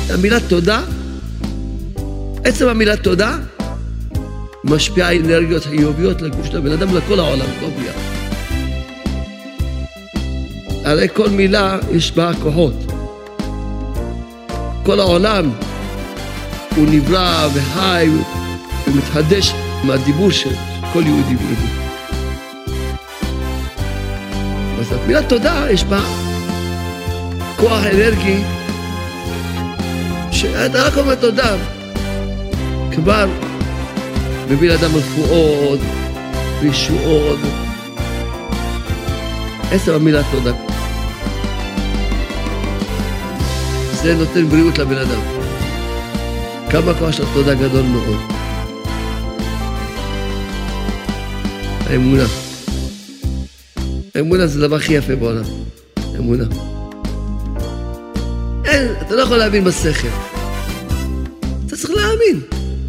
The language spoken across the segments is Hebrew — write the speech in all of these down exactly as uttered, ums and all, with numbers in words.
המילה תודה, עצם המילה תודה, משפיעה אנרגיות חיוביות לגוף של הבן אדם, לכל העולם, כל בריאה. הרי כל מילה יש בה כוחות. כל העולם הוא נברא וחי ומתחדש מהדיבור של כל יהודי ויהודי. אז המילה תודה יש בה כוח אנרגי, שאתה רק אומר תודה, כבר מביא לאדם רפואות, וישועות. עצם המילה תודה. זה נותן בריאות לבן אדם. כמה כוח של תודה גדול מאוד. האמונה. האמונה זה הדבר הכי יפה בעולם. אמונה. אין, אתה לא יכול להאמין בשכל. אתה צריך להאמין.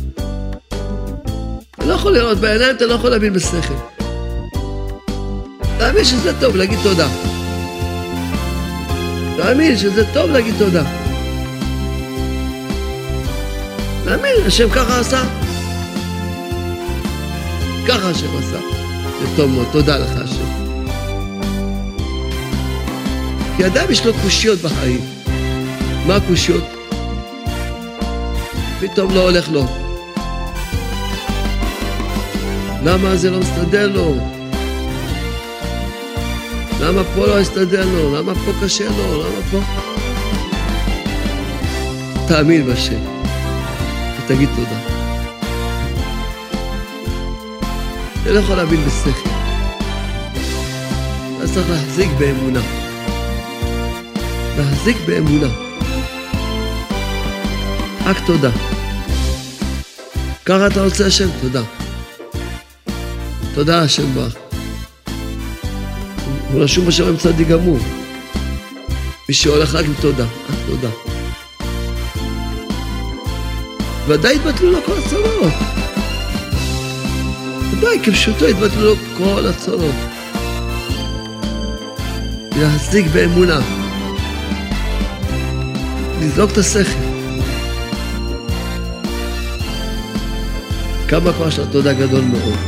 אתה לא יכול לראות בעיניים, אתה לא יכול להאמין בשכל. להאמין שזה טוב להגיד תודה. להאמין שזה טוב להגיד תודה. להאמין, השם ככה עשה. ככה השם עשה. זה טוב מאוד, תודה לך השם. כי אדם יש לו קושיות בחיים. מה הקושיות? פתאום לא הולך לו. למה זה לא מסתדר לו? למה פה לא הסתדר לו? למה פה קשה לו? למה פה? תאמין בשם ותגיד תודה. אתה לא יכול להאמין בשכל. אתה צריך להחזיק באמונה. להחזיק באמונה. רק תודה. ככה אתה רוצה השם? תודה. תודה השם בך. הוא רשום בשם צדיק גמור. מי שהולך רק עם תודה, רק תודה. ודאי התבטלו לו כל הצרות. ודאי, כפשוטו התבטלו לו כל הצרות. להחזיק באמונה. לזלוק את השכל. כמה כבר של תודה גדול מאוד.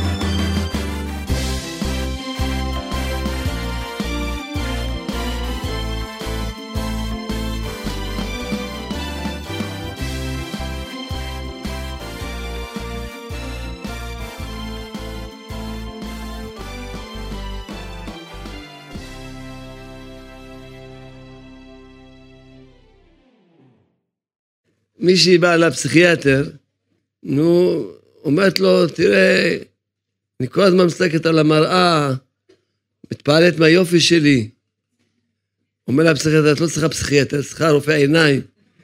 מישהי באה לפסיכיאטר, נו, אומרת לו, תראה, אני כל הזמן מסתכלת על המראה, מתפעלת מהיופי שלי. אומר לה פסיכיאטר, את לא צריכה פסיכיאטר, צריכה רופא עיניים.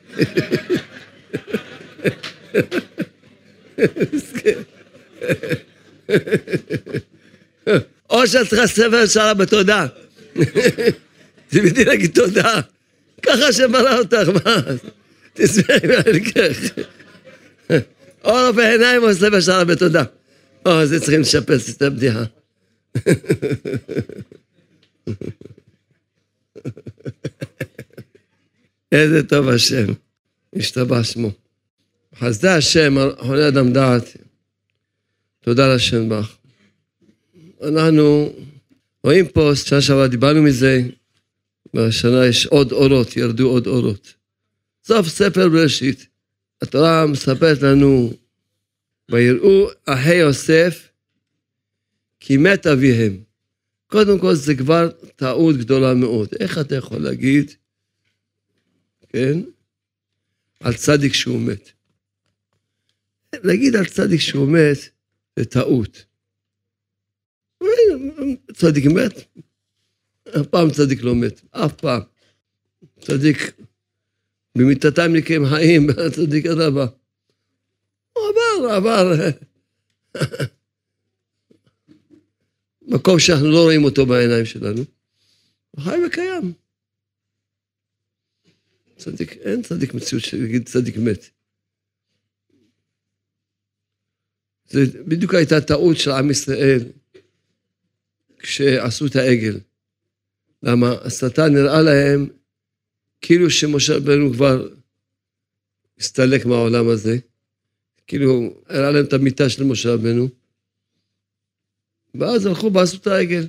או שאת צריכה ספר שרה בתודה. תמידי להגיד תודה. ככה שמראה אותך, מה? תסמעי מהלכך. או רופא עיניים או ספר שרה בתודה. או, זה צריכים לשפס את הבדיחה. איזה טוב השם. השתבח שמו. חסדי השם, חולי אדם דעת. תודה לשם בך. אנחנו רואים פה, שנה שעברה דיברנו מזה, בשנה יש עוד אורות, ירדו עוד אורות. סוף ספר בראשית, התורה מספרת לנו, ויראו אחי יוסף, כי מת אביהם. קודם כל זה כבר טעות גדולה מאוד. איך אתה יכול להגיד, כן, על צדיק שהוא מת? להגיד על צדיק שהוא מת, זה טעות. צדיק מת? אף פעם צדיק לא מת, אף פעם. צדיק, במיטתם נקיים חיים, צדיק עד הבא. הוא עבר, עבר. מקום שאנחנו לא רואים אותו בעיניים שלנו. הוא חי וקיים. צדיק, אין צדיק מציאות שיגיד צדיק מת. זה בדיוק הייתה טעות של עם ישראל, כשעשו את העגל. למה? השטן נראה להם, כאילו שמשה רבנו כבר הסתלק מהעולם הזה, כאילו, הראה להם את המיטה של משה רבנו, ואז הלכו ועשו את העגל.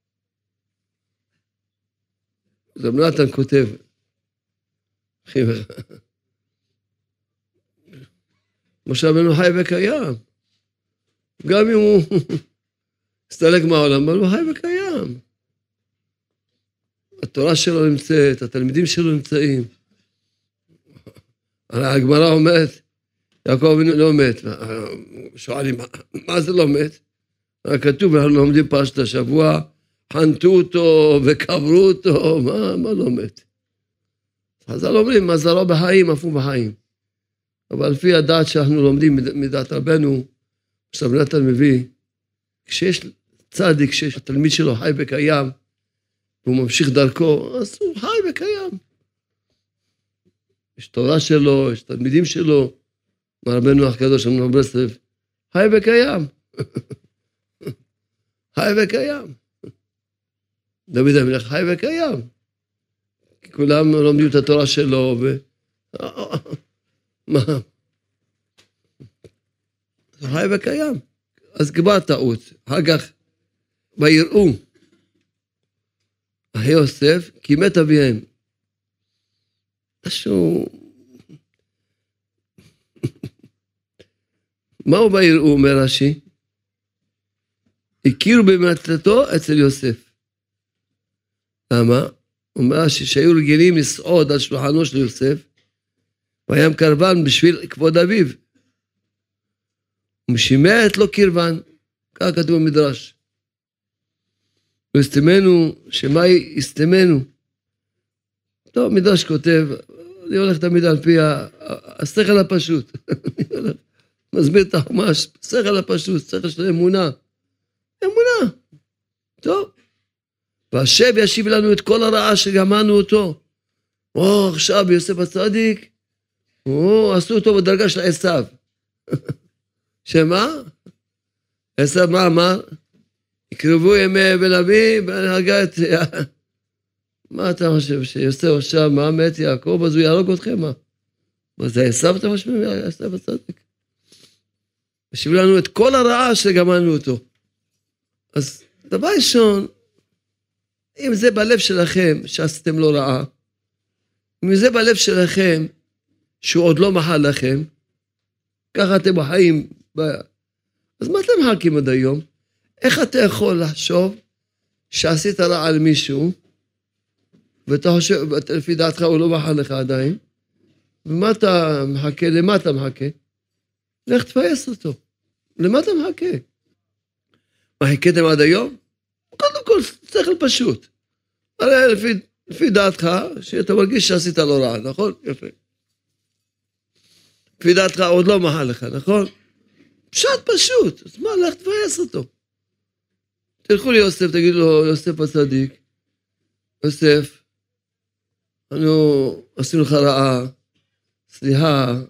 רב נתן כותב, משה רבנו חי וקיים, גם אם הוא הסתלק מהעולם, אבל הוא חי וקיים. התורה שלו נמצאת, התלמידים שלו נמצאים. הגמרא אומרת, יעקב אבינו לא מת. שואלים, מה זה לא מת? כתוב, אנחנו לומדים פרשת השבוע, חנתו אותו וקברו אותו, מה, מה לא מת? חז"ל אומרים, מזלו בחיים, אף הוא בחיים. אבל לפי הדעת שאנחנו לומדים מדעת רבנו, שרב נתן מביא, כשיש צדיק, כשיש התלמיד שלו חי וקיים, והוא ממשיך דרכו, אז הוא חי וקיים. יש תורה שלו, יש תלמידים שלו, רבנו הקדוש אמנון ברסלב, חי וקיים. חי וקיים. דוד המלך חי וקיים. כי כולם לומדים את התורה שלו, ו... מה? חי וקיים. אז כבר טעות. אחר כך, ויראו, אחי יוסף, כי מת אביהם. משהו... מהו ויראו, אומר רש"י? הכירו במתתו אצל יוסף. למה? אומר רש"י שהיו רגילים לסעוד על שולחנו של יוסף, והיה מקרבן בשביל כבוד אביו. ומשמע את לו קרבן, כך כתוב במדרש. והסתמנו, שמה הסתמנו? טוב, מדרש כותב, אני הולך תמיד על פי השכל הפשוט. מסביר את החומש, שכל הפשוט, שכל של אמונה. אמונה. טוב. והשם ישיב לנו את כל הרעה שגמרנו אותו. או, עכשיו יוסף הצדיק, או, עשו אותו בדרגה של עשיו. שמה? עשיו מה אמר? יקרבו ימי בן אבי, והרגע את... מה אתה חושב? שיוסף עכשיו, מה מת יעקב, אז הוא יהרוג אתכם, מה? מה זה עשיו אתה משמעים? עשיו הצדיק. ישיב לנו את כל הרעה שגמרנו אותו. אז דבר ראשון, אם זה בלב שלכם שעשיתם לו רעה, אם זה בלב שלכם שהוא עוד לא מחל לכם, ככה אתם בחיים, אז מה אתם מחכים עד היום? איך אתה יכול לחשוב שעשית רעה למישהו, ואתה חושב, לפי דעתך הוא לא מחל לך עדיין, ומה אתה מחכה? למה אתה מחכה? לך תפייס אותו. למה אתה מחכה? מה חיכיתם עד היום? קודם כל, שכל פשוט. הרי לפי, לפי דעתך, שאתה מרגיש שעשית לו רע, נכון? יפה. לפי דעתך עוד לא מחל לך, נכון? פשט פשוט. אז מה, לך תפייס אותו. תלכו ליוסף, תגידו לו, יוסף הצדיק, יוסף, אנו עשינו לך רעה, סליחה,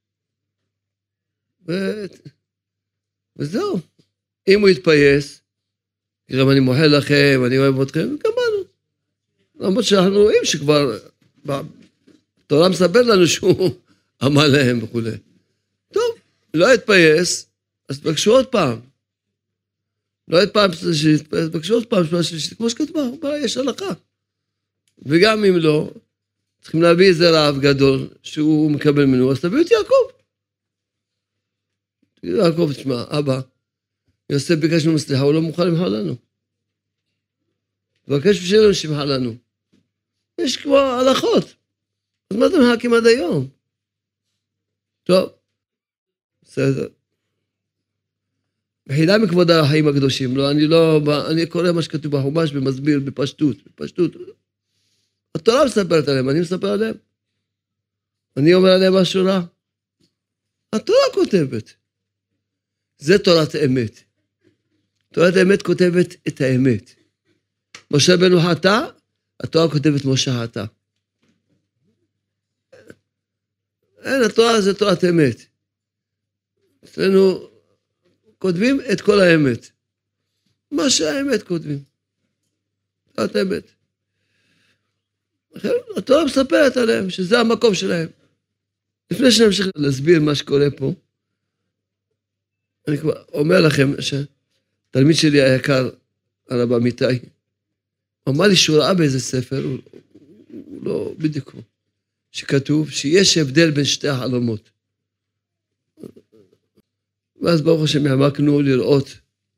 ו... וזהו. אם הוא יתפייס, גם אני מוחל לכם, אני אוהב אתכם, גמרנו. למרות שאנחנו רואים שכבר, התורה מספר לנו שהוא אמר להם וכו'. טוב, לא יתפייס, אז תבקשו עוד פעם. לא יתפעם שלישית, תבקשו עוד פעם שלישית, כמו שכתבה, יש הלכה. וגם אם לא, צריכים להביא איזה רב גדול, שהוא מקבל ממנו, אז תביאו את יעקב. תגידו יעקב, תשמע, אבא, יוסף ביקש לנו סליחה, הוא לא מוכן למחול לנו. תבקש בשבילנו שמחה לנו. יש כמו הלכות. אז מה אתם מחכים עד היום? טוב, בסדר. מחילה מכבוד החיים הקדושים, לא, אני לא, אני קורא מה שכתוב בחומש ומסביר בפשטות, בפשטות. התורה מספרת עליהם, אני מספר עליהם. אני אומר עליהם משהו רע. התורה כותבת. זה תורת האמת. תורת האמת כותבת את האמת. משה רבנו חטא, התורה כותבת משה חטא. אין, התורה זה תורת אמת. אצלנו כותבים את כל האמת. מה שהאמת כותבים. תורת האמת. התורה מספרת עליהם שזה המקום שלהם. לפני שנמשיך להסביר מה שקורה פה, אני כבר אומר לכם שתלמיד שלי היקר, הרב אמיתי, הוא אמר לי שהוא ראה באיזה ספר, הוא, הוא לא בדיוק הוא, שכתוב שיש הבדל בין שתי החלומות. ואז ברוך השם העמקנו לראות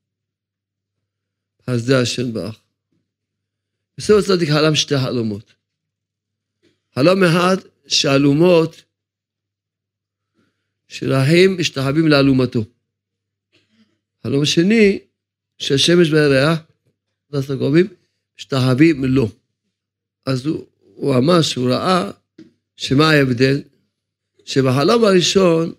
חסדי השם ברך. יוסף הצדיק חלם שתי חלומות. חלום אחד שהלומות שלהם משתחווים לאלומתו. חלום שני שהשמש והירח, דס הקרובים, משתחווים לו. אז הוא, הוא אמר שהוא ראה שמה ההבדל? שבחלום הראשון,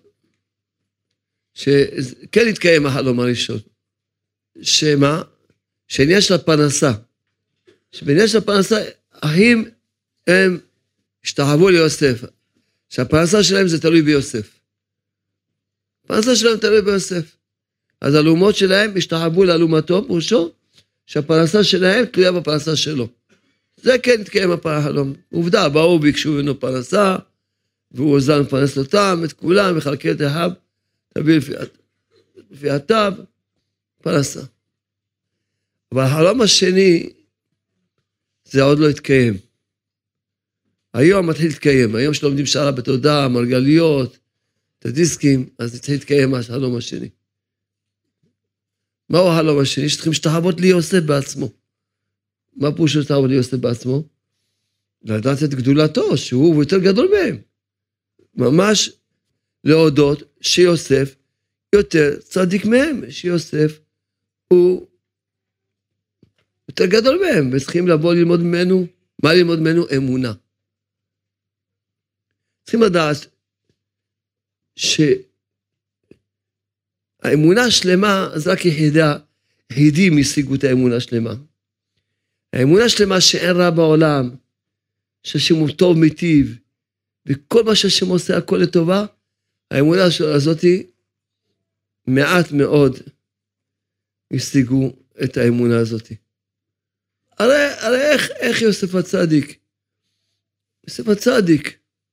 שכן התקיים החלום הראשון, שמה? שעניין של הפרנסה. שבעניין של הפרנסה, אחים הם השתחוו ליוסף. שהפרנסה שלהם זה תלוי ביוסף. הפרנסה שלהם תלוי ביוסף. אז הלאומות שלהם השתחוו לאלומתו, פרושו, שהפרנסה שלהם תלויה בפרנסה שלו. זה כן התקיים החלום. עובדה, באו ביקשו ממנו פרנסה, והוא עוזר לפרנס אותם, את כולם, מחלקל את האב, תביא לפי התו, פרנסה. אבל החלום השני, זה עוד לא התקיים. היום מתחיל להתקיים, היום שלומדים שערה בתודה, מרגליות, את הדיסקים, אז צריך להתקיים החלום השני. מהו החלום השני? שצריכים להשתחוות ליוסף בעצמו. מה פירוש להשתחוות ליוסף בעצמו? לדעת את גדולתו, שהוא יותר גדול מהם. ממש להודות שיוסף יותר צדיק מהם, שיוסף הוא יותר גדול מהם, וצריכים לבוא ללמוד ממנו, מה ללמוד ממנו? אמונה. צריכים לדעת שהאמונה השלמה, זה רק יחידה, יחידים השיגו את האמונה השלמה. האמונה השלמה שאין רע בעולם, שהשם הוא טוב מיטיב, וכל מה שהשם עושה הכל לטובה, האמונה הזאת מעט מאוד השיגו את האמונה הזאת. הרי, הרי איך, איך יוסף הצדיק? יוסף הצדיק,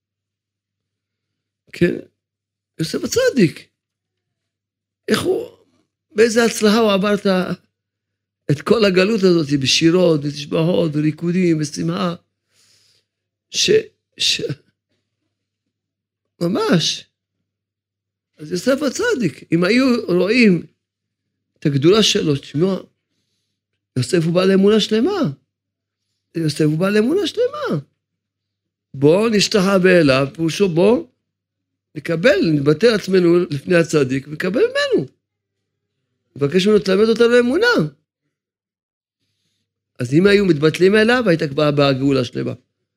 כן? יוסף הצדיק, איך הוא, באיזה הצלחה הוא עבר את, את כל הגלות הזאת, בשירות, בתשבחות, בריקודים, בשמחה, ש... ש... ממש. אז יוסף הצדיק, אם היו רואים את הגדולה שלו, תשמעו, יוסף הוא בעל אמונה שלמה. יוסף הוא בעל אמונה שלמה. בואו נשתחווה אליו, פירושו בואו נקבל, נתבטא עצמנו לפני הצדיק, ונקבל ממנו. נבקש ממנו תלמד אותנו אמונה. אז אם היו מתבטלים אליו, הייתה כבר בגאולה שלמה.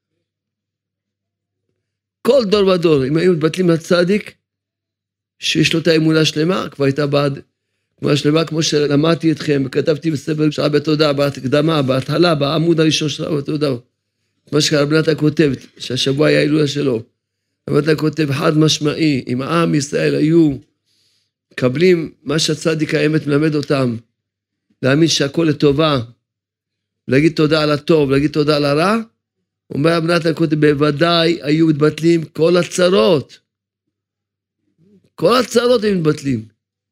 כל דור ודור, אם היו מתבטלים לצדיק, שיש לו את האמונה שלמה, כבר הייתה בעד אמונה שלמה, כמו שלמדתי אתכם, וכתבתי בספר שעה בתודה, בהקדמה, בהתחלה, בעמוד הראשון שעה בתודה. מה שרב נתן כותב, שהשבוע היה ההילולה שלו. רב נתן כותב חד משמעי, אם העם ישראל היו מקבלים מה שהצדיק האמת מלמד אותם, להאמין שהכל לטובה, להגיד תודה על הטוב, להגיד תודה על הרע, אומר רב נתן כותב, בוודאי היו מתבטלים כל הצרות. כל הצרות היו מתבטלים.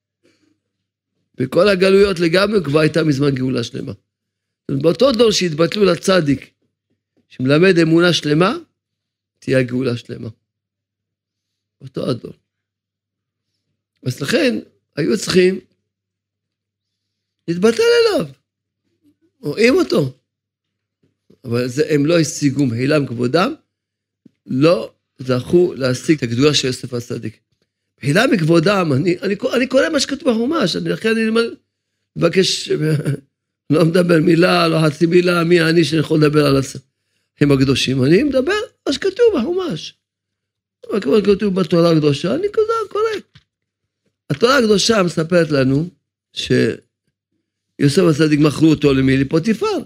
וכל הגלויות לגמרי כבר הייתה מזמן גאולה שלמה. באותו דור שהתבטלו לצדיק, שמלמד אמונה שלמה, תהיה גאולה שלמה. באותו הדור. אז לכן, היו צריכים להתבטל אליו. רואים אותו. אבל זה, הם לא השיגו מחילם כבודם, לא זכו להשיג את הגדולה של יוסף הצדיק. מחילה מכבודם, אני, אני, אני קורא מה שכתוב בחומש, אני לכן אני מבקש, לא מדבר מילה, לא חצי מילה, מי אני שאני יכול לדבר על הצרכים הקדושים, אני מדבר מה שכתוב בחומש. מה כמו כתוב בתורה הקדושה, אני כזה קורא. התורה הקדושה מספרת לנו, שיוסף הצדיק מכרו אותו למי? לפוטיפר.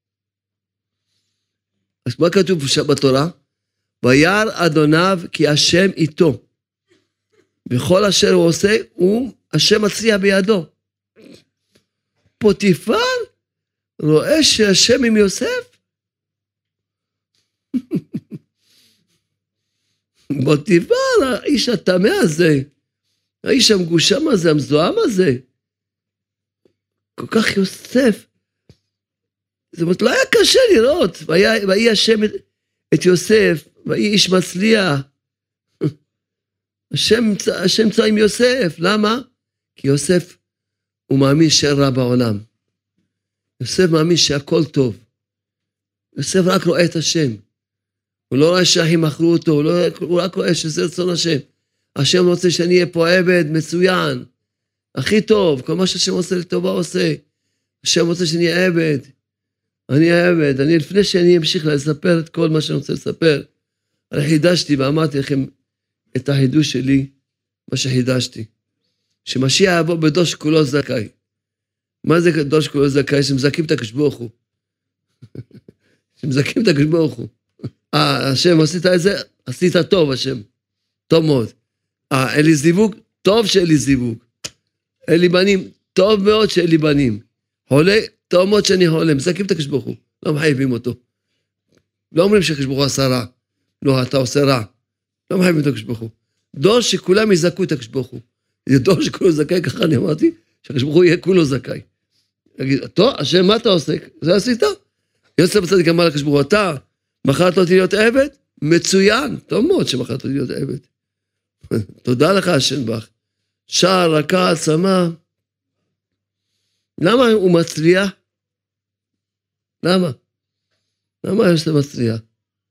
אז מה כתוב בתורה? וירא אדוניו כי השם איתו. בכל אשר הוא עושה, הוא, השם מצליח בידו. פוטיפר רואה שהשם עם יוסף? פוטיפר, האיש הטמא הזה, האיש המגושם הזה, המזוהם הזה, כל כך יוסף, זאת אומרת, לא היה קשה לראות, ויהי השם את יוסף, ויהי איש מצליח, השם, השם צא עם יוסף, למה? כי יוסף הוא מאמין שאין רע בעולם, יוסף מאמין שהכל טוב, יוסף רק רואה את השם, הוא לא רואה שהאחים מכרו אותו, הוא, לא, הוא רק רואה שזה רצון השם, השם רוצה שאני אהיה פה עבד מצוין, הכי טוב, כל מה שהשם עושה לטובה עושה, השם רוצה שאני אהיה עבד, אני אהיה עבד, אני לפני שאני אמשיך לספר את כל מה שאני רוצה לספר, אני חידשתי ואמרתי לכם את החידוש שלי, מה שחידשתי, שמשיח יבוא בדור שכולו זכאי, מה זה דור שכולו זכאי? שמזכים את הקדוש ברוך הוא, שמזכים את הקדוש ברוך הוא, אה, השם עשית את זה, עשית טוב השם, טוב מאוד, אה, אין לי זיווג, טוב שאין לי זיווג, אין לי בנים, טוב מאוד שאין לי בנים, חולה, טוב מאוד שאני חולה, מזכים את הקדוש ברוך הוא, לא מחייבים אותו, לא אומרים שהקדוש ברוך הוא עשה רע, לא, אתה עושה רע, לא מחייבים את הקדוש ברוך הוא, דור שכולם יזכו את הקדוש ברוך הוא, זה דור שכולו זכאי, ככה אני אמרתי, שהקדוש ברוך הוא יהיה כולו זכאי, יגיד, טוב, השם, מה אתה עושה? זה עשית? יוסף הצדיק אמר לקדוש ברוך הוא, אתה מחרת אותי להיות עבד? מצוין, טוב מאוד שמחרת אותי להיות עבד, תודה לך השם בך, שער, רכה, עצמה, למה הוא מצליח? למה? למה יוסף מצליח?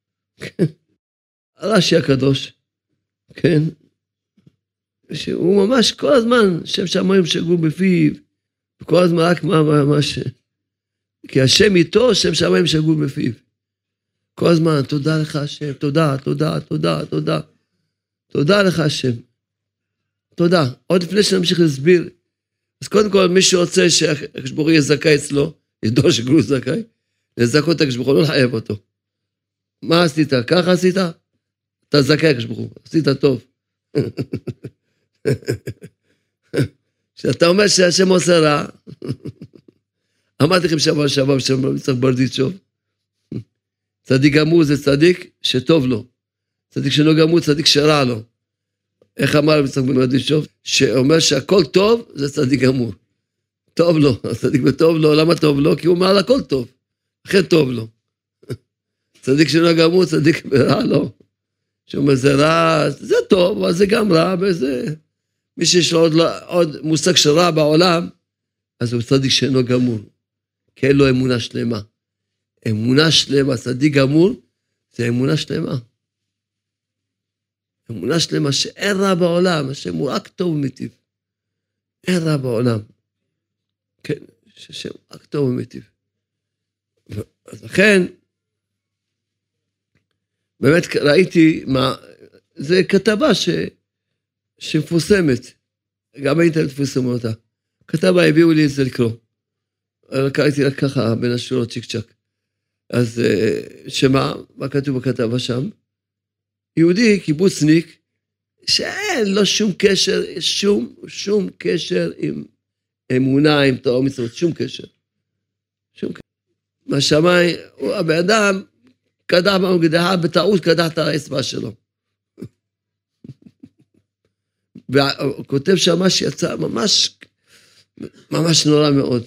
הרש"י הקדוש, כן, שהוא ממש כל הזמן, שם שמיים שגרו בפיו, וכל הזמן רק מה, מה, מה ש... כי השם איתו, שם שמיים שגרו בפיו. כל הזמן, תודה לך השם, תודה, תודה, תודה, תודה. תודה לך השם. תודה. עוד לפני שנמשיך להסביר, אז קודם כל, מי שרוצה שהקדוש ברוך הוא יהיה זכאי אצלו, ידעו שגרו זכאי, לזכות את הקדוש ברוך הוא, לא לחייב אותו. מה עשית? ככה עשית? אתה זכאי הקדוש ברוך הוא, עשית טוב. כשאתה אומר שהשם עושה רע, אמרתי לכם שבוע שעבר בשם יצחק ברדיצ'וב, צדיק גמור זה צדיק שטוב לו, צדיק שלא גמור צדיק שרע לו. איך אמר יצחק ברדיצ'וב? שאומר שהכל טוב זה צדיק גמור. טוב לו, צדיק בטוב לו, למה טוב לו? כי הוא אומר הכל טוב, אחרי טוב לו. צדיק שלא גמור, צדיק ברע לו. שאומר זה רע, זה טוב, אבל זה גם רע, וזה... מי שיש לו עוד, עוד מושג של רע בעולם, אז הוא צדיק שאינו גמור, כי אין לו אמונה שלמה. אמונה שלמה, צדיק גמור, זה אמונה שלמה. אמונה שלמה שאין רע בעולם, השם הוא רק טוב ומיטיב. אין רע בעולם. כן, שהשם רק טוב ומיטיב. אז לכן, באמת ראיתי מה, זה כתבה ש, שמפורסמת, גם האינטרנט פורסמו אותה. כתבה הביאו לי את זה לקרוא. קראתי רק ככה בין השורות צ'יק צ'ק. אז שמה, מה כתוב בכתבה שם? יהודי קיבוצניק, שאין לו שום קשר, שום, שום קשר עם אמונה, עם תורה ומצוות, שום קשר. שום קשר. מהשמיים, הבן אדם, קדח מהמגדחה, בטעות קדח את האצבע שלו. והוא כותב שמה שיצא ממש, ממש נורא מאוד.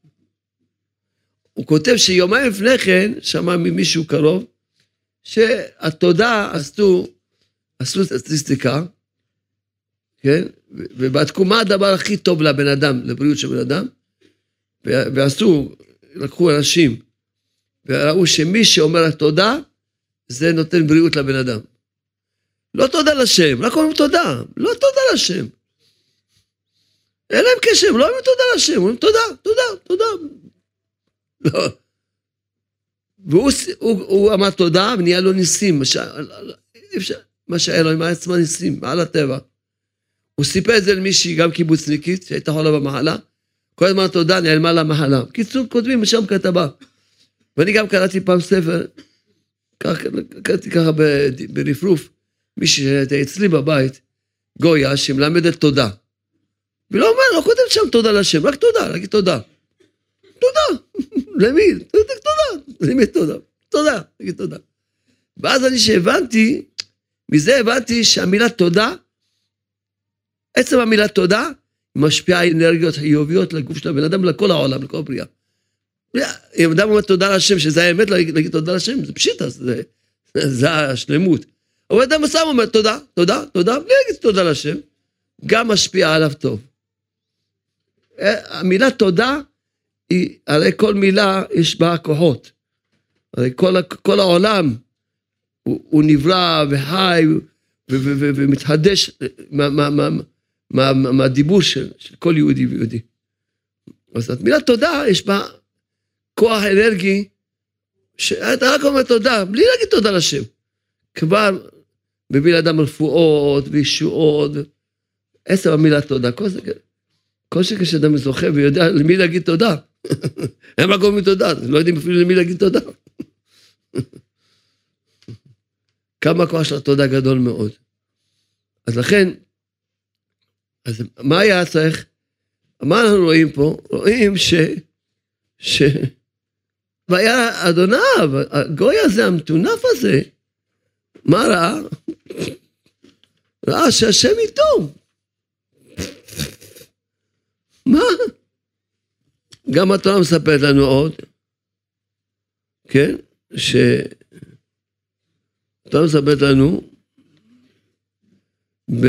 הוא כותב שיומיים לפני כן, שמע ממישהו קרוב, שהתודה עשו, עשו סטטיסטיקה, כן? ובדקו מה הדבר הכי טוב לבן אדם, לבריאות של בן אדם, ועשו, לקחו אנשים, וראו שמי שאומר התודה, זה נותן בריאות לבן אדם. לא תודה לשם, רק אומרים תודה, לא תודה לשם. אין להם קשר, לא אומרים תודה לשם, אומרים תודה, תודה, תודה. לא. והוא הוא, הוא אמר תודה, ונהיה לו ניסים, מה, ש... מה שהיה לו עם עצמה ניסים, מעל הטבע. הוא סיפר את זה למישהי, גם קיבוצניקית, שהייתה חולה במחלה, כל הזמן תודה, נעלמה לה מחלה. קיצור, כותבים משם כתבה. ואני גם קראתי פעם ספר, קראתי ככה ברפרוף, מישהי שהייתה אצלי בבית, גויה, שמלמדת תודה. ולא אומר, לא כותב שם תודה לשם, רק תודה, להגיד תודה. תודה, למי? תודה, למי תודה? תודה, להגיד תודה. ואז אני שהבנתי, מזה הבנתי שהמילה תודה, עצם המילה תודה, משפיעה אנרגיות חיוביות לגוף של הבן אדם, לכל העולם, לכל הבריאה. אם אדם אומר תודה להשם, שזה האמת להגיד תודה להשם, זה פשיטה, זה, זה השלמות. אבל אדם מסם אומר תודה, תודה, תודה, בלי להגיד תודה להשם, גם משפיעה עליו טוב. המילה תודה, היא, הרי כל מילה יש בה כוחות. הרי כל, כל העולם, הוא, הוא נברא וחי ו, ו, ו, ומתחדש מה, מה, מה, מה, מה, מהדיבור של, של כל יהודי ויהודי. אז המילה תודה, יש בה כוח אנרגי, שאתה רק אומר תודה, בלי להגיד תודה לשם. כבר מביא לאדם רפואות וישועות, עשר המילה תודה, כל זה, כל שכן שאדם זוכה ויודע למי להגיד תודה. הם רק אומרים תודה, לא יודעים אפילו למי להגיד תודה. כמה כוח של התודה גדול מאוד. אז לכן, אז מה היה צריך? מה אנחנו רואים פה? רואים ש... ש... והיה אדוניו, הגוי הזה, המטונף הזה, מה ראה? ראה שהשם איתו. מה? גם התורה מספרת לנו עוד, כן? ש... התורה מספרת לנו, ב...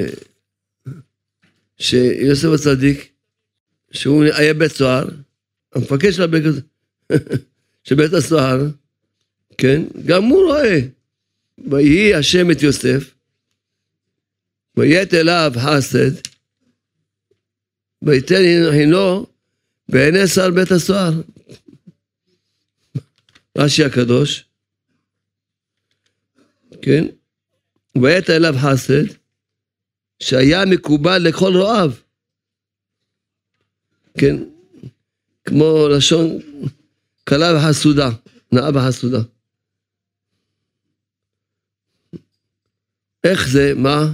שיוסף הצדיק, שהוא היה בית סוהר, המפקד של הבית, של בית הסוהר, כן? גם הוא רואה, ויהי השם את יוסף, ויית אליו חסד, ויתן הינו בעיני שר בית הסוהר. רש"י הקדוש, כן? ויית אליו חסד, שהיה מקובל לכל רואיו. כן? כמו לשון קלה וחסודה, נאה וחסודה. איך זה? מה?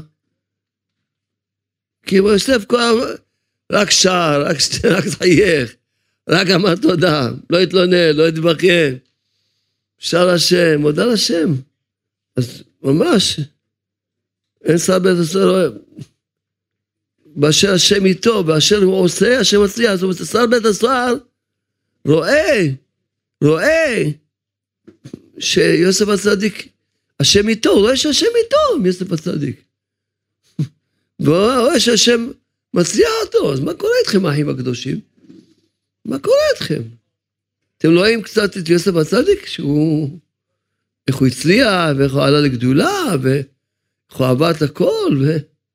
כי יוסף כבר רק שר, רק, רק חייך, רק אמר תודה, לא התלונן, לא התבכיין. שר השם, מודה לשם. אז ממש, אין שר בית הסוהר, באשר השם איתו, באשר הוא עושה, השם מצליח. זאת אומרת, שר בית הסוהר רואה, רואה שיוסף הצדיק, השם איתו, הוא רואה שהשם איתו עם יוסף הצדיק. והוא רואה שהשם מצליח אותו. אז מה קורה איתכם, האחים הקדושים? מה קורה איתכם? אתם לא רואים קצת את יוסף הצדיק, שהוא, איך הוא הצליח, ואיך הוא עלה לגדולה, ואיך הוא עבר את הכל, ו...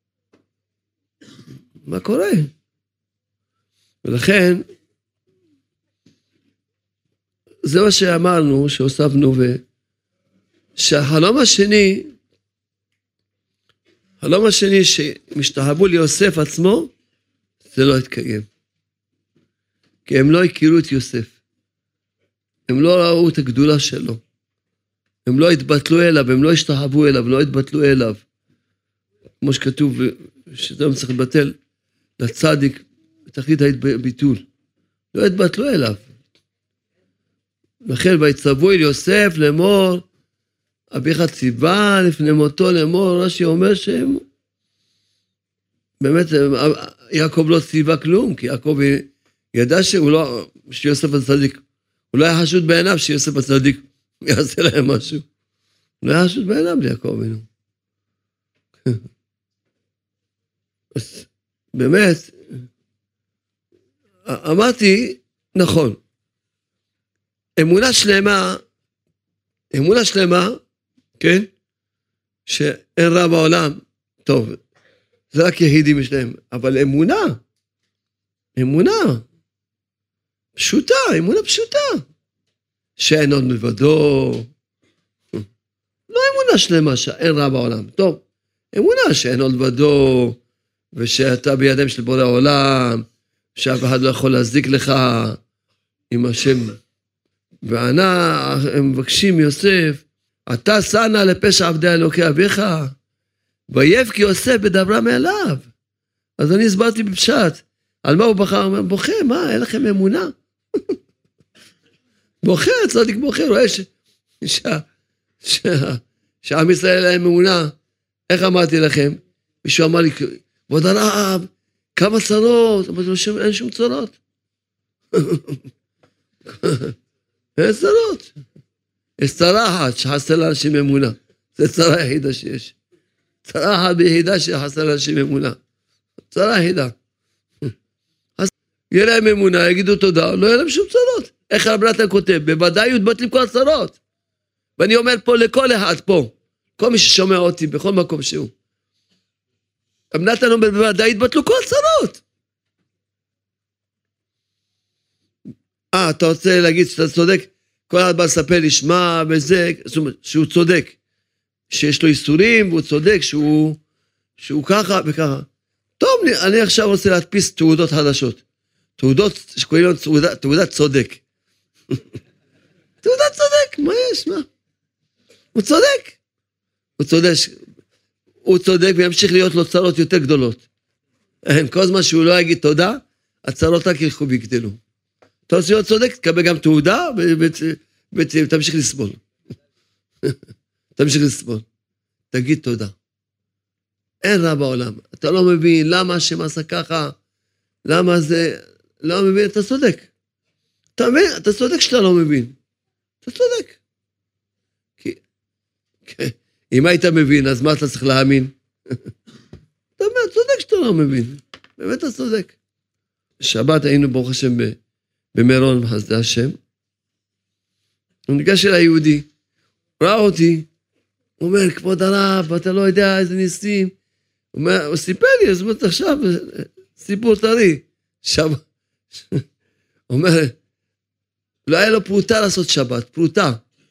מה קורה? ולכן, זה מה שאמרנו, שהוספנו, ו... שהחלום השני, החלום השני שמשתחוו ליוסף עצמו, זה לא התקיים. כי הם לא הכירו את יוסף. הם לא ראו את הגדולה שלו. הם לא התבטלו אליו, הם לא השתחוו אליו, לא התבטלו אליו. כמו שכתוב, שזה צריך לבטל לצדיק, בתכלית הביטול. לא התבטלו אליו. לכן, ויצוו אל יוסף לאמור, אביך ציווה לפני מותו לאמור, רש"י אומר שהם, באמת, יעקב לא ציווה כלום, כי יעקב ידע שהוא לא, שיוסף הצדיק, הוא לא היה חשוד בעיניו שיוסף הצדיק יעשה להם משהו. הוא לא היה חשוד בעיניו ליעקב אבינו. אז באמת, אמרתי, נכון, אמונה שלמה, אמונה שלמה, כן? שאין רע בעולם, טוב, זה רק יחידים שלהם, אבל אמונה, אמונה, פשוטה, אמונה פשוטה, שאין עוד מלבדו, לא אמונה שלמה שאין רע בעולם, טוב, אמונה שאין עוד מלבדו, ושאתה בידיים של בורא העולם, שאף אחד לא יכול להזיק לך עם השם, וענה, הם מבקשים יוסף, אתה סנה לפשע עבדי אלוקי אביך, ויבכי יוסף בדברה מאליו. אז אני הסברתי בפשט, על מה הוא בכה? הוא אומר, בוכה, מה, אין לכם אמונה? בוכה, צדיק בוכה, רואה ש... ש... ש... שעם ישראל אין אמונה, איך אמרתי לכם? מישהו אמר לי, כבוד הרב, כמה צרות? אמרתי לו, אין שום צרות. אין צרות. יש צרה אחת שחסר לאנשים אמונה. זה צרה היחידה שיש. צרה אחת ביחידה שחסר לאנשים אמונה. צרה היחידה. אז יהיה להם אמונה, יגידו תודה, לא יהיה להם שום צרות. איך רב נתן כותב? בוודאי יתבטלים כל הצרות. ואני אומר פה לכל אחד פה, כל מי ששומע אותי בכל מקום שהוא. רב נתן אומר, בוודאי יתבטלו כל הצרות. אה, אתה רוצה להגיד שאתה צודק? כל אחד בא לספר לי שמע וזה, זאת אומרת, שהוא צודק. שיש לו איסורים, והוא צודק שהוא, שהוא ככה וככה. טוב, אני עכשיו רוצה להדפיס תעודות חדשות. תעודות שקוראים לנו תעודה, תעודת צודק. תעודת צודק, מה יש, מה? הוא צודק. הוא צודק, הוא צודק וימשיך להיות לו צרות יותר גדולות. כל זמן שהוא לא יגיד תודה, הצרות רק ילכו ויגדלו. אתה רוצה להיות צודק, תקבל גם תעודה, ותמשיך לסבול. תמשיך לסבול. תגיד תודה. אין רע בעולם. אתה לא מבין למה השם עשה ככה, למה זה, לא מבין, אתה צודק. אתה מבין, אתה צודק שאתה לא מבין. אתה צודק. כי, אם היית מבין, אז מה אתה צריך להאמין? אתה אומר, צודק שאתה לא מבין. באמת אתה צודק. בשבת היינו ברוך השם במירון, בחסדי השם. הוא ניגש אל היהודי, ראה אותי, הוא אומר, כבוד הרב, אתה לא יודע איזה ניסים. הוא, אומר, הוא סיפר לי, אז אומרת עכשיו, סיפור טרי. שבת. הוא אומר, לא היה לו פרוטה לעשות שבת, פרוטה.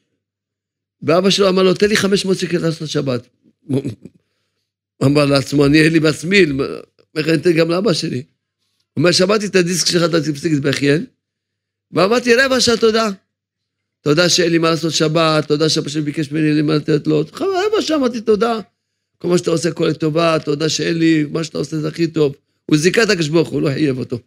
ואבא שלו אמר לו, תן לי חמש מאות שקל לעשות שבת. הוא אמר לעצמו, אני אין לי בעצמי, איך אני אתן גם לאבא שלי. הוא אומר, שמעתי את הדיסק שלך, אתה תפסיק את בכיין, ואמרתי, רבע שעה תודה. תודה שאין לי מה לעשות שבת, תודה שאבא שלי ביקש ממני לי מה לתת לו. רבע שעה אמרתי תודה. כל מה שאתה עושה כל לטובה, תודה שאין לי, מה שאתה עושה זה הכי טוב. הוא זיקה את הקדוש ברוך הוא, לא חייב אותו.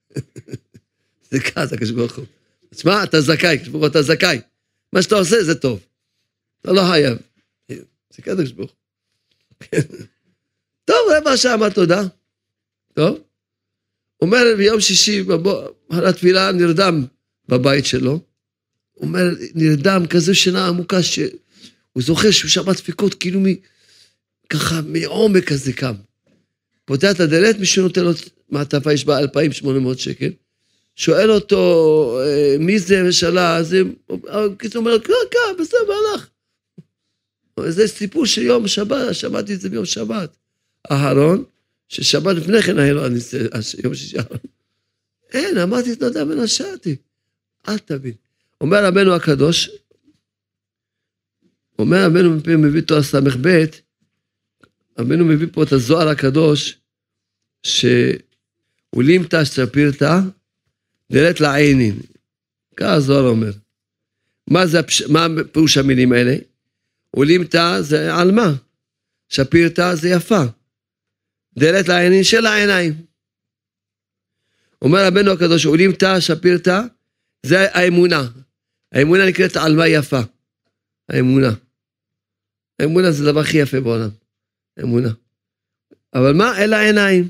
זיקה את הקדוש ברוך הוא. תשמע, אתה זכאי, קדוש ברוך הוא, אתה זכאי. מה שאתה עושה זה טוב. אתה לא חייב. זיקה את הקדוש ברוך הוא. טוב, רבע שעה אמר תודה. טוב. אומר ביום שישי, אחרי התפילה נרדם בבית שלו. הוא אומר, נרדם כזה שינה עמוקה, שהוא זוכר שהוא שמע דפיקות, כאילו מ... ככה מעומק כזה קם. פותח את הדלת, מישהו נותן לו מעטפה, יש בה אלפיים ושמונה מאות שקל. שואל אותו, מי זה ושאלה, אז הוא אומר, קרא, קרא, בסדר, והלך. זה סיפור של יום שבת, שמעתי את זה ביום שבת. האחרון, ששבת לפני כן היה לו, יום שישי האחרון. אין, אמרתי, תודה ונשאתי. אל תבין. אומר רבנו הקדוש, אומר רבנו מביא תורה סמך בית, רבנו מביא פה את הזוהר הקדוש, שאולימתא שפירתא, דלת לעינין. כך הזוהר אומר. מה זה, מה פירוש המילים האלה? אולימתא זה על מה? שפירתא זה יפה. דלת לעינין של העיניים. אומר רבנו הקדוש, אולימתא שפירתא, זה האמונה. האמונה נקראת על מה יפה. האמונה. האמונה זה הדבר הכי יפה בעולם. אמונה. אבל מה? אלה העיניים.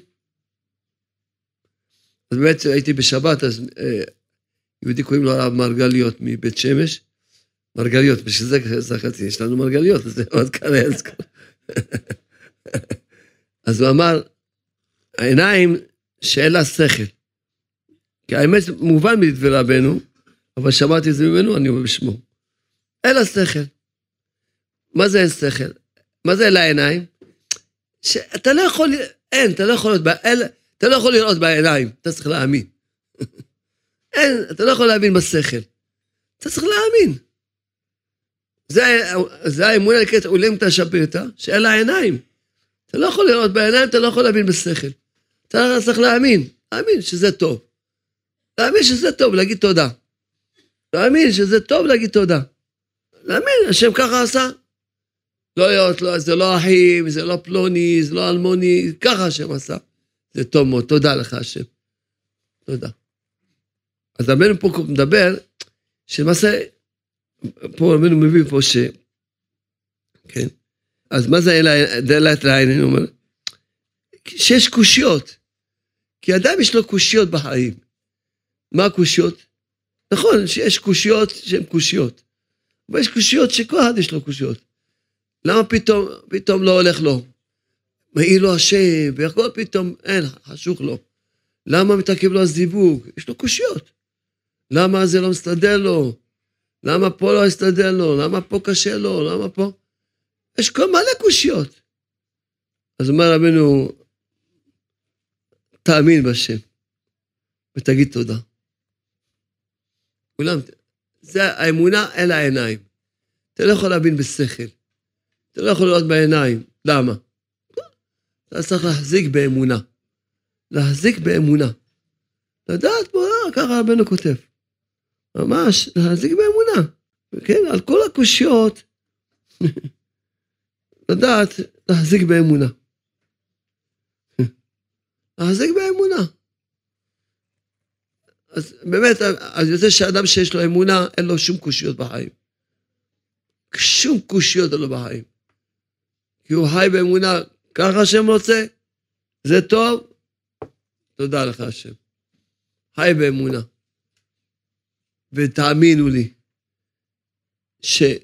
אז באמת הייתי בשבת, אז אה, יהודי קוראים לו הרב מרגליות מבית שמש. מרגליות, בשביל זה זכרתי, יש לנו מרגליות, אז זה עוד קרה. אז, אז הוא אמר, העיניים שאלה שכל. כי האמת מובן מדבר רבנו, אבל שמעתי את זה ממנו, אני אומר בשמו. אלה שכל. מה זה אין שכל? מה זה אלה העיניים? שאתה לא יכול, אין, אתה לא יכול לראות, באל, אתה לא יכול לראות בעיניים, אתה צריך להאמין. אין, אתה לא יכול להאמין בשכל. אתה צריך להאמין. זה, זה האמונה נקראת אולימתא שפירתא, שאלה העיניים. אתה לא יכול לראות בעיניים, אתה לא יכול להאמין בשכל. אתה צריך להאמין, להאמין שזה טוב. להאמין שזה טוב, להגיד תודה. להאמין שזה טוב להגיד תודה. להאמין, השם ככה עשה. לא להיות, לא, זה לא אחים, זה לא פלוני, זה לא אלמוני, ככה השם עשה. זה טוב מאוד, תודה לך השם. תודה. אז רבנו פה מדבר, שלמעשה, פה רבנו מביא פה ש... כן? אז מה זה דלת לעין? אני אומר, שיש קושיות. כי אדם יש לו קושיות בחיים. מה הקושיות? נכון, שיש קושיות שהן קושיות. אבל יש קושיות שכל אחד יש לו קושיות. למה פתאום, פתאום לא הולך לו? מעיר לו השם, והכל פתאום, אין, חשוך לו. למה מתעכב לו הזיווג? יש לו קושיות. למה זה לא מסתדר לו? למה פה לא מסתדר לו? למה פה קשה לו? למה פה? יש כל מלא קושיות. אז אומר רבינו, תאמין בשם, ותגיד תודה. אולם, זה האמונה אל העיניים. אתה לא יכול להבין בשכל. אתה לא יכול לראות בעיניים. למה? אתה צריך להחזיק באמונה. להחזיק באמונה. לדעת בו, ככה רבנו כותב. ממש, להחזיק באמונה. כן, על כל הקושיות, לדעת, להחזיק באמונה. להחזיק באמונה. אז באמת, אז יוצא שאדם שיש לו אמונה, אין לו שום קושיות בחיים. שום קושיות אין לו בחיים. כי הוא חי באמונה, ככה השם רוצה, זה טוב, תודה לך השם. חי באמונה. ותאמינו לי, שבאמת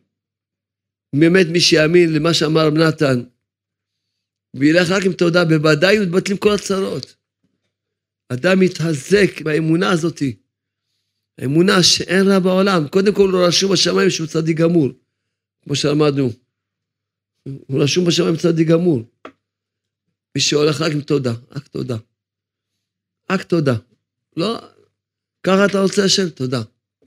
מי שיאמין למה שאמר רב נתן, וילך רק עם תודה, בוודאי מתבטלים כל הצרות. אדם מתחזק באמונה הזאת, האמונה שאין רע בעולם, קודם כל הוא רשום בשמיים שהוא צדיק גמור, כמו שלמדנו, הוא רשום בשמיים צדיק גמור, מי שהולך רק עם תודה, רק תודה, רק תודה, לא, ככה אתה רוצה השם, תודה,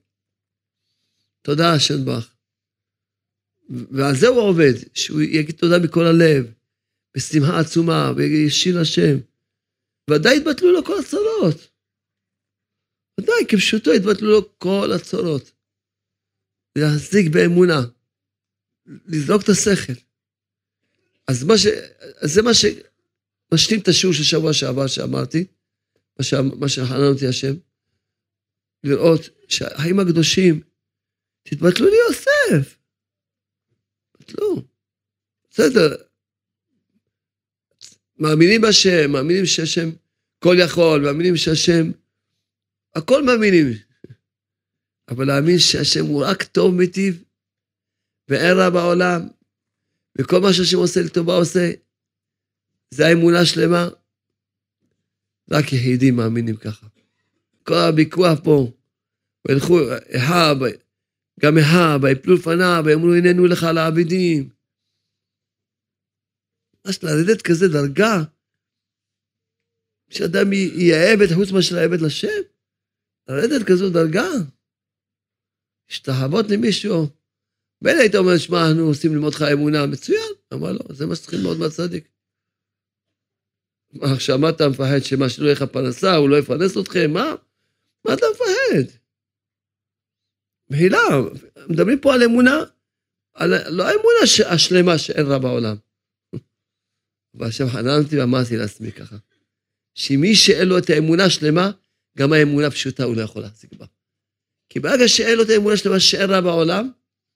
תודה השם בך, ועל זה הוא עובד, שהוא יגיד תודה מכל הלב, בשמחה עצומה, וישיר השם, ודאי התבטלו לו כל הצרות. ודאי, כפשוטו התבטלו לו כל הצרות. להחזיק באמונה. לזלוק את השכל. אז מה ש... אז זה מה ש... משלים את השיעור של שבוע שעבר שאמרתי, מה, ש... מה שחנן אותי השם, לראות שהחיים הקדושים תתבטלו לי יוסף. תתבטלו. בסדר. מאמינים בשם, מאמינים שהשם כל יכול, מאמינים שהשם, הכל מאמינים. אבל להאמין שהשם הוא רק טוב מטיב, ואין רע בעולם, וכל מה שהשם עושה לטובה עושה, זה האמונה שלמה, רק יחידים מאמינים ככה. כל הוויכוח פה, וילכו, אחד, גם אחד, ויפלו לפניו, ויאמרו הננו לך לעבדים, ממש לרדת כזה דרגה, שאדם יהיה עבד חוץ מה של העבד לשם, לרדת כזו דרגה, השתחוות למישהו, ואלה היית אומר, שמע, אנחנו עושים ללמוד לך אמונה, מצוין, אמר לו, זה מה שצריכים ללמוד מהצדיק. עכשיו, מה אתה מפחד, שמה שלא יהיה לך פרנסה, הוא לא יפרנס אתכם, מה? מה אתה מפחד? מחילה, מדברים פה על אמונה, על, לא האמונה השלמה שאין רע בעולם. והשם חננתי ואמרתי לעצמי ככה, שמי שאין לו את האמונה שלמה, גם האמונה פשוטה הוא לא יכול להחזיק בה. כי ברגע שאין לו את האמונה שלמה שאין רע בעולם,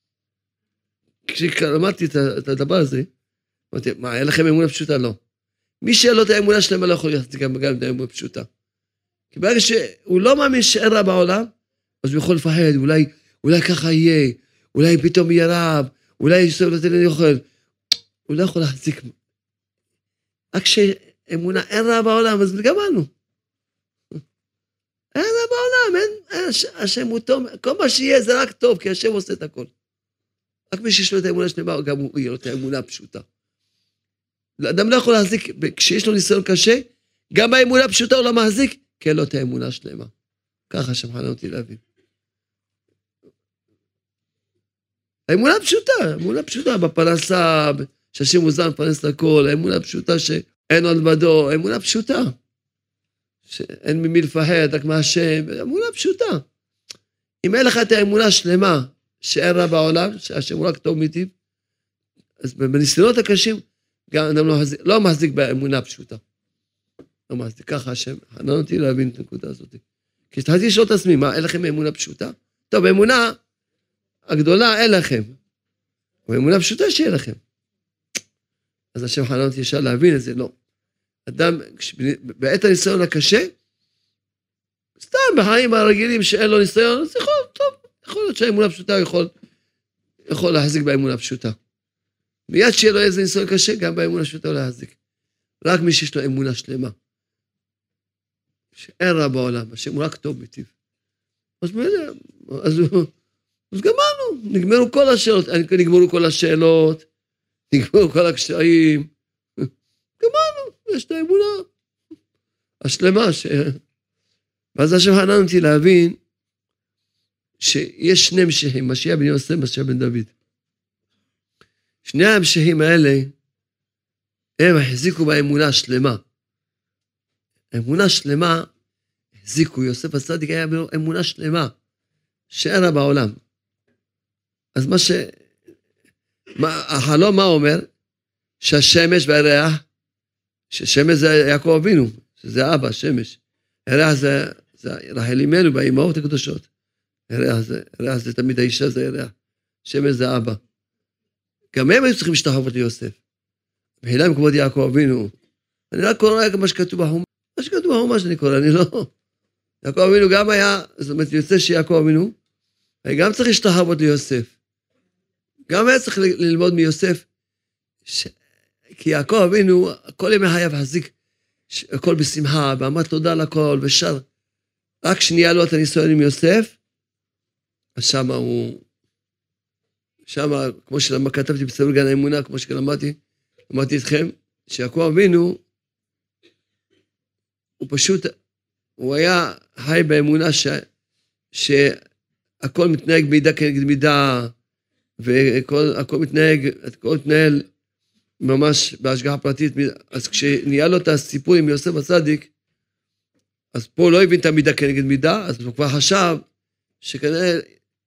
כשלמדתי את הדבר הזה, אמרתי, מה, אין לכם אמונה פשוטה? לא. מי שאין לו את האמונה שלמה לא יכול להחזיק גם את האמונה פשוטה. כי ברגע שהוא לא מאמין שאין רע בעולם, אז הוא יכול לפחד, אולי, אולי ככה יהיה, אולי פתאום יהיה רב, אולי יסוף לתת לי אוכל. הוא לא יכול להחזיק. רק שאמונה אין רע בעולם, אז גמרנו. אין רע בעולם, אין, אין, השם הוא טוב, כל מה שיהיה זה רק טוב, כי השם עושה את הכל. רק מי שיש לו את האמונה שלמה, גם הוא יהיה לו את האמונה הפשוטה. אדם לא יכול להחזיק, כשיש לו ניסיון קשה, גם האמונה הפשוטה הוא לא מחזיק, כי אין לו את האמונה שלמה. ככה השם חנן אותי להבין. האמונה הפשוטה, האמונה הפשוטה, בפרנסה, שהשם מוזן מפרנס לכל, האמונה הפשוטה שאין עוד בדו, האמונה פשוטה. שאין ממי לפחד, רק מהשם, האמונה פשוטה. אם אין לך את האמונה שלמה, שאין רע בעולם, שהשם הוא רק טוב מטיב, אז בניסיונות הקשים, גם אדם לא, לא מחזיק באמונה פשוטה. לא מחזיק, ככה השם חנן אותי להבין את הנקודה הזאת. כי התחלתי לשאול את עצמי, מה, אין לכם אמונה פשוטה? טוב, באמונה הגדולה אין לכם. באמונה פשוטה שיהיה לכם. אז השם חנן אותי ישר להבין את זה, לא. אדם, בעת הניסיון הקשה, סתם בחיים הרגילים שאין לו ניסיון, אז יכול, טוב, יכול להיות שהאמונה פשוטה, הוא יכול, יכול להחזיק באמונה פשוטה. מיד שיהיה לו איזה ניסיון קשה, גם באמונה פשוטה הוא להחזיק. רק מי שיש לו אמונה שלמה. שאין רע בעולם, השם הוא רק טוב מטיב. אז, אז, אז גמרנו, נגמרו כל השאלות, נגמרו כל השאלות, נגמרו כל הקשיים, גמרנו, יש את האמונה השלמה. ש... ואז השם חנן אותי להבין שיש שני משיחים, משיח בן יוסף, משיח בן דוד. שני המשיחים האלה, הם החזיקו באמונה השלמה. אמונה שלמה, החזיקו, יוסף הצדיק היה באמונה שלמה, שאין לה בעולם. אז מה ש... מה, החלום מה אומר? שהשמש והריח, ששמש זה יעקב אבינו, שזה אבא, השמש. הריח זה, זה רחל אמנו, באמהות הקדושות. הריח זה, הריח זה תמיד האישה, זה הריח. שמש זה אבא. גם הם היו צריכים להשתחוות ליוסף. בחילה מכבוד יעקב אבינו. אני רק קורא מה שכתוב בחומש. מה שכתוב בחומש שאני קורא, אני לא... יעקב אבינו גם היה, זאת אומרת, יוצא שיעקב אבינו, גם צריך להשתחוות ליוסף. גם היה צריך ללמוד מיוסף, ש... כי יעקב אבינו, כל ימי חייו החזיק, הכל בשמחה, ואמר תודה לכל, ושר. רק שנייה לו את הניסיון עם יוסף, אז שמה הוא... שמה, כמו שכתבתי בספר גן האמונה, כמו שלמדתי, למדתי אתכם, שיעקב אבינו, הוא פשוט, הוא היה חי באמונה ש... שהכל מתנהג מידה כנגד מידה, והכל מתנהג, הכל מתנהל ממש בהשגחה פרטית. אז כשנהיה לו את הסיפור עם יוסף הצדיק, אז פה הוא לא הבין את המידה כנגד מידה, אז הוא כבר חשב שכנראה,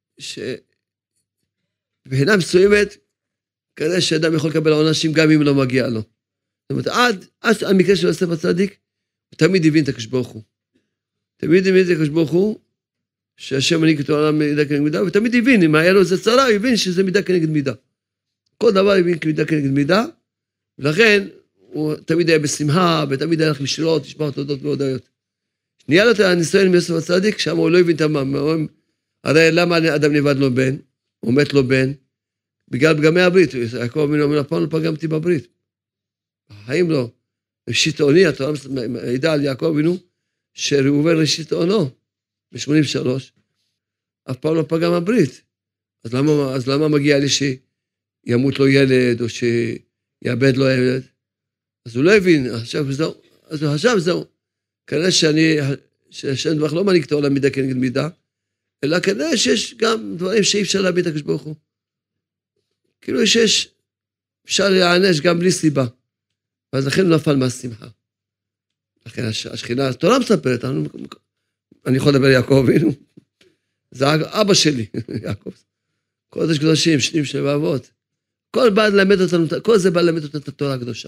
שבחינה מסוימת, כנראה שאדם יכול לקבל עונשים גם אם לא מגיע לו. זאת אומרת, עד, עד המקרה של יוסף הצדיק, הוא תמיד הבין את הקדוש ברוך הוא. תמיד הבין את הקדוש ברוך הוא, שהשם מנהיג את העולם מידה כנגד מידה, ותמיד הבין, אם היה לו איזה צרה, הוא הבין שזה מידה כנגד מידה. כל דבר הבין כמידה כנגד מידה, ולכן הוא תמיד היה בשמחה, ותמיד היה לך לשאלות, לשמוע תודות והודיות. שנייה לו את הניסיון עם יוסף הצדיק, שם הוא לא הבין את המאמרים, הרי למה אדם נאבד לו בן, הוא מת לו בן, בגלל פגמי הברית, יעקב אבינו אומר, הפעם לא פגמתי בברית. החיים לא. ראשית עוני, התורה מעידה על יעקב אבינו, שראובן ראשית עונו, ב-שמונים ושלוש, אף פעם לא פגם הברית. אז למה, אז למה מגיע לי שימות לו ילד, או שיאבד לו ילד? אז הוא לא הבין, עכשיו זהו, אז הוא חשב זהו. כנראה שאני, שהשם דברך לא מנהיג את העולם מידה כנגד מידה, אלא כנראה שיש גם דברים שאי אפשר להביא את הקדוש ברוך הוא. כאילו שיש, אפשר להיענש גם בלי סיבה. ואז לכן הוא נפל מהשמחה. לכן השכינה, התורה מספרת, אני, אני יכול לדבר יעקב אבינו, זה אבא שלי, יעקב. קודש קדושים, שנים של אבות. כל בא ללמד אותנו, כל זה בא ללמד אותנו את התורה הקדושה.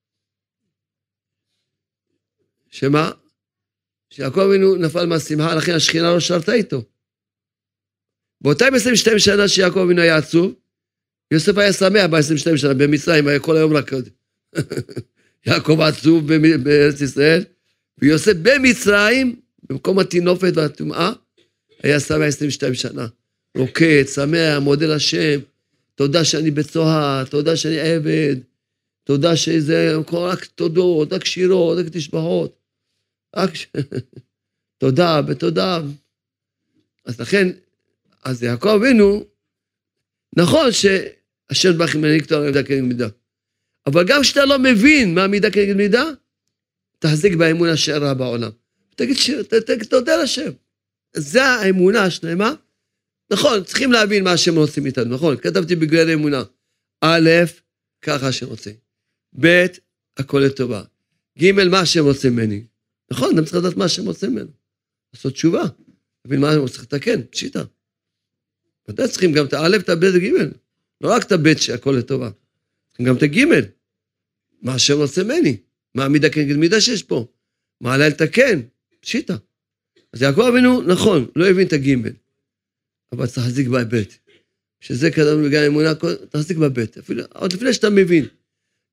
שמה? שיעקב אבינו נפל מהשמחה, לכן השכינה לא שרתה איתו. באותם עשרים ושתיים שנה שיעקב אבינו היה עצוב, יוסף היה שמח ב-עשרים ושתיים שנה, במצרים, היה כל היום רק עוד. יעקב עצוב בארץ ישראל, ויוסף במצרים, במקום התינופת והטומאה, היה שמח עשרים ושתיים שנה. רוקד, שמח, מודה לשם, תודה שאני בצוהר, תודה שאני עבד, תודה שזה, רק תודות, רק שירות, רק תשבחות, רק תודה ותודה. אז לכן, אז יעקב אבינו, נכון שהשם ברך מנהיג את העולם מידה כנגד מידה, אבל גם כשאתה לא מבין מה מידה כנגד מידה, תחזיק באמונה שאין רע בעולם. תגיד, תודה לשם. זה האמונה השלמה. נכון, צריכים להבין מה השם רוצים איתנו, נכון? כתבתי בגלל האמונה. א', ככה השם רוצה. ב', הכל לטובה. ג', מה השם רוצה ממני. נכון, אתם צריכים לדעת מה השם רוצה ממנו. לעשות תשובה. להבין מה הוא צריך לתקן, פשיטה. ואתם צריכים גם את הא', את הב', את הג'. לא רק את הב' שהכל לטובה. גם את הג'. מה השם רוצה ממני. מה המידה כנגד מידה שיש פה. מה עליי לתקן, פשיטה. אז יעקב אבינו, נכון, לא הבין את הג', אבל צריך להחזיק בבית. שזה קדם בגלל האמונה, תחזיק בבית. אפילו, עוד לפני שאתה מבין.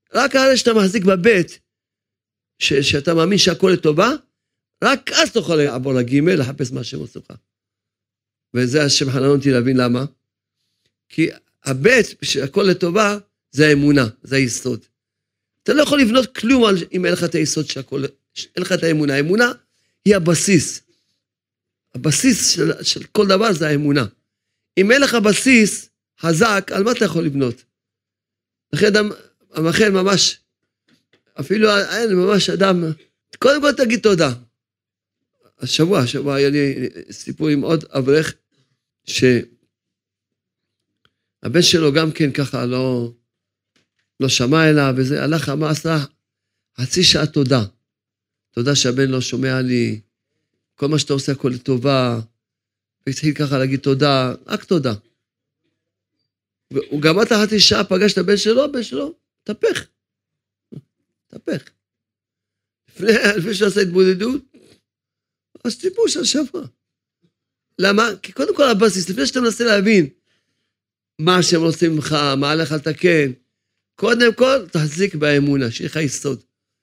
רק אחרי שאתה מחזיק בבית, ש, שאתה מאמין שהכל לטובה, רק אז תוכל לעבור לגימל, לחפש מה השם עושה לך. וזה השם חנן אותי להבין למה. כי הבית, שהכל לטובה, זה האמונה, זה היסוד. אתה לא יכול לבנות כלום אם אין לך את היסוד שהכל, אין לך את האמונה. האמונה היא הבסיס. הבסיס של, של כל דבר זה האמונה. אם אין לך בסיס חזק, על מה אתה יכול לבנות? לכן אדם, המחל ממש, אפילו אין ממש אדם, קודם כל תגיד תודה. השבוע, השבוע היה לי סיפור עם עוד אברך, שהבן שלו גם כן ככה לא, לא שמע אליו, וזה הלך, מה עשה? חצי שעה תודה. תודה שהבן לא שומע לי, כל מה שאתה עושה הכל לטובה, והתחיל ככה להגיד תודה, רק תודה. והוא גמר את החצי שעה, פגש את הבן שלו, הבן שלו, תפך. תפך. לפני, לפני שעשה התבודדות, אז טיפוש של שבוע. למה? כי קודם כל הבסיס, לפני שאתה מנסה להבין מה שהם רוצים ממך, מה עליך לתקן, קודם כל תחזיק באמונה, שיהיה לך יסוד.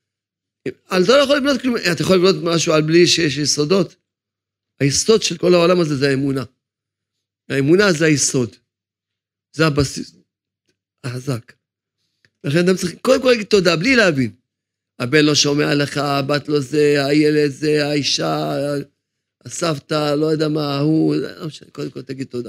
אז אתה לא יכול לבנות כלום, אתה יכול לבנות משהו על בלי שיש יסודות. היסוד של כל העולם הזה זה האמונה. האמונה זה היסוד. זה הבסיס החזק. לכן אדם צריך קודם כל להגיד תודה, בלי להבין. הבן לא שומע לך, הבת לא זה, הילד זה, האישה, הסבתא, לא יודע מה, הוא, קודם כל תגיד תודה.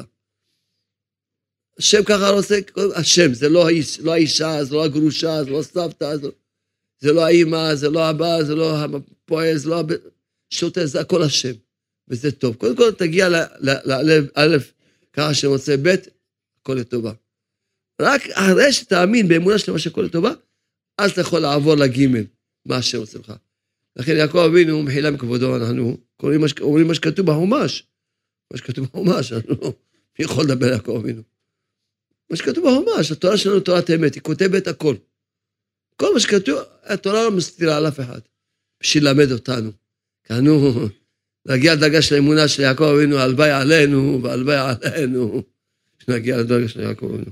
השם ככה לא עושה, השם, זה לא, האיש, לא האישה, זה לא הגרושה, זה לא הסבתא, זה, זה לא האמא, זה לא הבא, זה לא הפועל, זה לא הבן, שוטה, זה הכל השם, וזה טוב. קודם כל תגיע ללב, א', ככה שמוצא ב', הכל לטובה. רק אחרי שתאמין באמונה שלמה שהכל לטובה, אז אתה יכול לעבור לגימל, מה השם עושה לך. לכן יעקב אבינו, מחילה מכבודו, אנחנו אומרים מה שכתוב בהומש, מה שכתוב בהומש, אנחנו לא יכול לדבר יעקב אבינו. מה שכתוב בהומש, התורה שלנו תורת אמת, היא כותבת הכל. כל מה שכתוב, התורה לא מסתירה על אף אחד, בשביל ללמד אותנו. כאנו, להגיע לדרגה של האמונה של יעקב אבינו, הלוואי עלינו, והלוואי עלינו, שנגיע לדרגה של יעקב אבינו.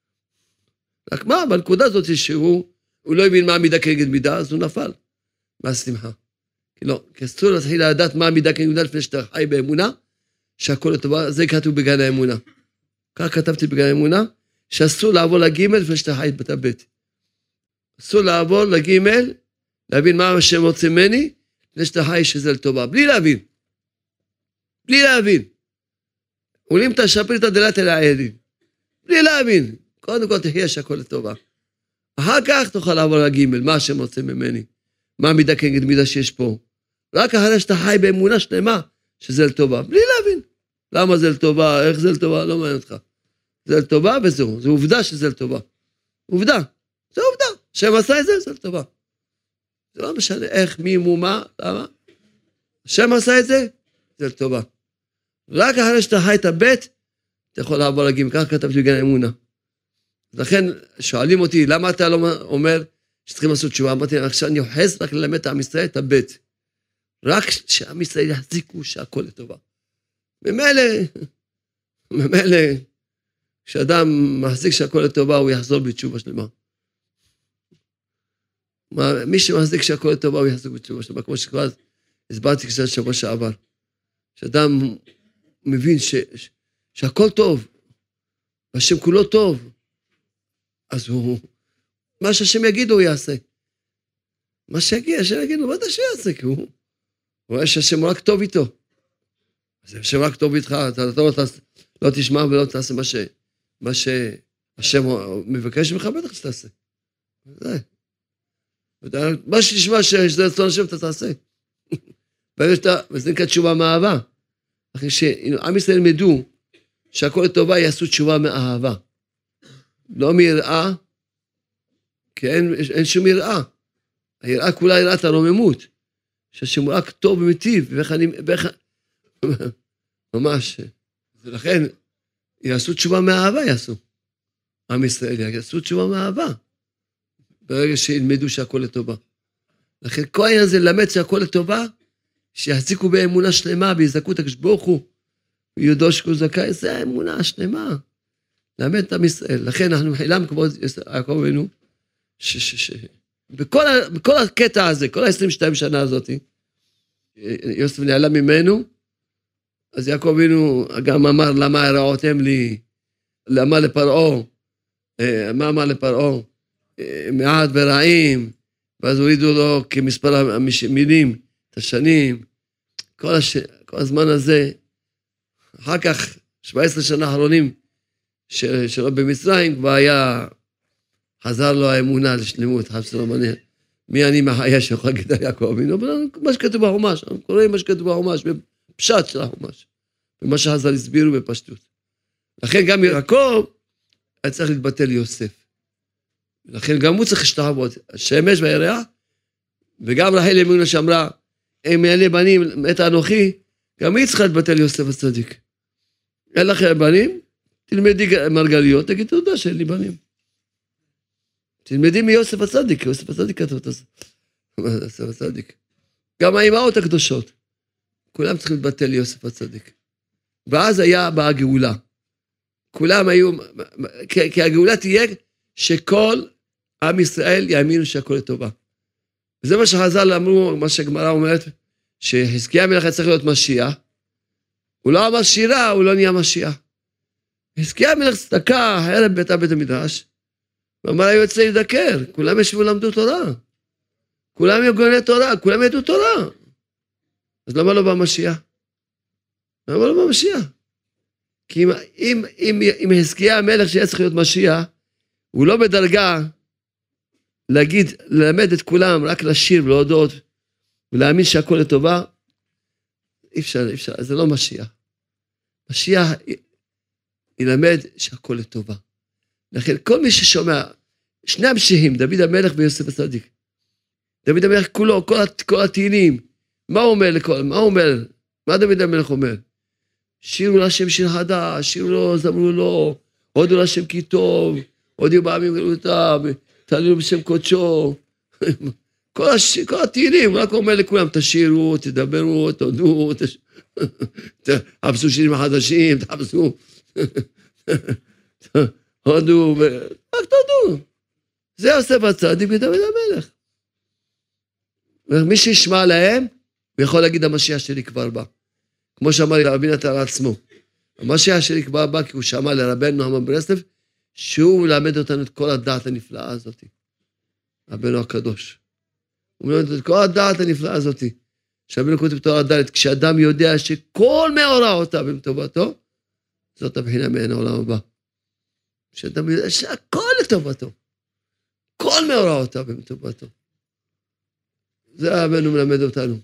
רק מה, בנקודה הזאת שהוא, הוא לא הבין מה המידה כנגד מידה, אז הוא נפל מהשמחה. כי לא, כי אסור להתחיל לדעת מה המידה כנגד מידה, לפני שאתה חי באמונה, שהכל לטובה, זה כתוב בגן האמונה. כך כתבתי בגן האמונה, שאסור לעבור לגימל, לפני שאתה חי את הבית. אסור לעבור לגימל, להבין מה השם רוצה ממני, לפני שאתה חי שזה לטובה, בלי להבין. בלי להבין. עולים את השפרית הדלת אל העדים. בלי להבין. קודם כל תחיה שהכל לטובה. אחר כך תוכל לעבור לגימל, מה השם רוצה ממני, מה המידה כנגד מידה שיש פה. רק אחרי שאתה חי באמונה שלמה, שזה לטובה, בלי להבין. למה זה לטובה, איך זה לטובה, לא מעניין אותך. זה לטובה וזהו, זו עובדה שזה לטובה. עובדה, זה עובדה. השם עשה את זה, זה לטובה. זה לא משנה איך, מי, מו, מה, למה. השם עשה את זה, זה לטובה. רק אחרי שאתה חי את הבית, אתה יכול לעבור לגימל, כך כתבתי בגן האמונה. לכן שואלים אותי, למה אתה לא אומר שצריכים לעשות תשובה? אמרתי, עכשיו אני אוחז רק ללמד את עם ישראל את הבית. רק שעם ישראל יחזיקו שהכל לטובה. ממילא, ממילא, כשאדם מחזיק שהכל לטובה, הוא יחזור בתשובה שלמה. מי שמחזיק שהכל לטובה, הוא יחזור בתשובה שלמה. כמו שכבר הסברתי קצת שבוע שעבר. כשאדם מבין ש, שהכל טוב, והשם כולו טוב, אז הוא, מה שהשם יגיד הוא יעשה. מה שיגיע, השם יגיד לו, מה אתה שיעשה? כי הוא רואה שהשם רק טוב איתו. אז השם רק טוב איתך, אתה לא, לא תשמע ולא תעשה מה, ש, מה שהשם מבקש ממך, בטח שתעשה. זה. מה שתשמע שזה רצון השם, אתה תעשה. וזה נקרא תשובה מאהבה. אחרי שעם ישראל מדו שהכל לטובה יעשו תשובה מאהבה. לא מיראה, כי אין, אין שום יראה. היראה כולה יראת הרוממות, שהשם רק טוב ומטיב, ואיך אני, ואיך, ממש. ולכן, יעשו תשובה מאהבה, יעשו. עם ישראל יעשו תשובה מאהבה, ברגע שילמדו שהכל לטובה. לכן, כל העניין הזה ללמד שהכל לטובה, שיחזיקו באמונה שלמה, ויזכו את הקדוש ברוך הוא, ויודעו שכו זכאי, זה האמונה השלמה. ללמד את עם ישראל. לכן אנחנו חילם כבוד יעקב אבינו, ש, ש, ש. בכל, ה, בכל הקטע הזה, כל ה-עשרים ושתיים שנה הזאת, יוסף נעלם ממנו, אז יעקב אבינו גם אמר, למה הרעותם לי, למה לפרעה, מה אמר לפרעה, מעט ורעים, ואז הורידו לו כמספר המילים, את השנים, כל, הש... כל הזמן הזה, אחר כך, שבע עשרה שנה האחרונים, של... שלו במצרים, כבר היה, חזר לו האמונה לשלמות, חפש רמניה, מי אני מחיה שיכול להגיד על יעקב אבינו, אבל מה שכתוב בחומש, אנחנו קוראים מה שכתוב בחומש, בפשט של החומש, ומה שחז"ל הסבירו בפשטות. לכן גם יעקב, היה צריך להתבטל יוסף. לכן גם הוא צריך להשתחוות, השמש והירח, וגם רחל אמונה שאמרה, אם אין לי בנים, מת אנוכי, גם היא צריכה להתבטל יוסף הצדיק. אין לכם בנים? תלמדי מרגליות, תגיד תודה שאין לי בנים. תלמדי מיוסף הצדיק, יוסף הצדיק כתוב את זה. יוסף הצדיק. גם האימהות הקדושות, כולם צריכים להתבטל יוסף הצדיק. ואז היה באה גאולה. כולם היו, כי הגאולה תהיה שכל עם ישראל יאמינו שהכל לטובה. וזה מה שחז"ל אמרו, מה שהגמרא אומרת, שחזקיה המלך היה צריך להיות משיח, הוא לא אמר שירה, הוא לא נהיה משיח. חזקיה המלך צדקה, הערב ביתה בית המדרש, ואמר היו יוצא לדקר, כולם ישבו למדו תורה, כולם יגוני תורה, כולם ידעו תורה. אז למה לא בא משיח? למה לא בא משיח? כי אם, אם, אם, אם חזקיה המלך שהיה צריך להיות משיח, הוא לא בדרגה להגיד, ללמד את כולם, רק לשיר ולהודות, ולהאמין שהכל לטובה, אי אפשר, אי אפשר, זה לא משיח. משיח ילמד שהכל לטובה. לכן כל מי ששומע, שני המשיחים, דוד המלך ויוסף הצדיק, דוד המלך כולו, כל, כל התהילים, מה הוא אומר לכל, מה הוא אומר, מה דוד המלך אומר? שירו להשם שיר חדש, שירו לו, זמרו לו, הודו להשם כי טוב, הודיעו בעמים גלותיו, תהללו בשם קודשו, כל, הש... כל התהילים, רק אומר לכולם, תשירו, תדברו, תודו, תש... תחפשו שירים החדשים, תחפשו, הודו, רק תודו. זה יוסף הצדיק ודוד המלך. מי שישמע להם, הוא יכול להגיד, המשיח שלי כבר בא. כמו שאמר רבי נתן על עצמו. המשיח שלי כבר בא, כי הוא שמע לרבנו נחמן מברסלב, שהוא מלמד אותנו את כל הדעת הנפלאה הזאת. רבנו הקדוש. הוא מלמד את כל הדעת הנפלאה הזאת. שרבנו כותב תורה ד' כשאדם יודע שכל מאורעותיו הם טובתו, זאת הבחינה מעין העולם הבא. כשאדם יודע שהכל לטובתו. כל מאורעותיו הם טובתו. זה רבנו מלמד אותנו.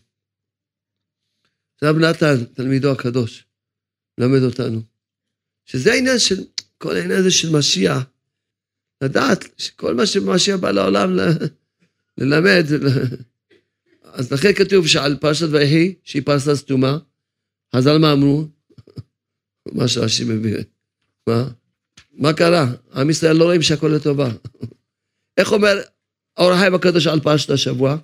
זה רב נתן, תלמידו הקדוש, מלמד אותנו. שזה העניין של, כל העניין הזה של משיח, לדעת שכל מה שמשיח בא לעולם ל, ללמד, ל... אז לכן כתוב שעל פרשת ויהי, שהיא פרשה סתומה, חז"ל מה אמרו? מה שרש"י מביא, מה? מה קרה? עם ישראל לא רואים שהכל לטובה. איך אומר אור החיים הקדוש על פרשת השבוע?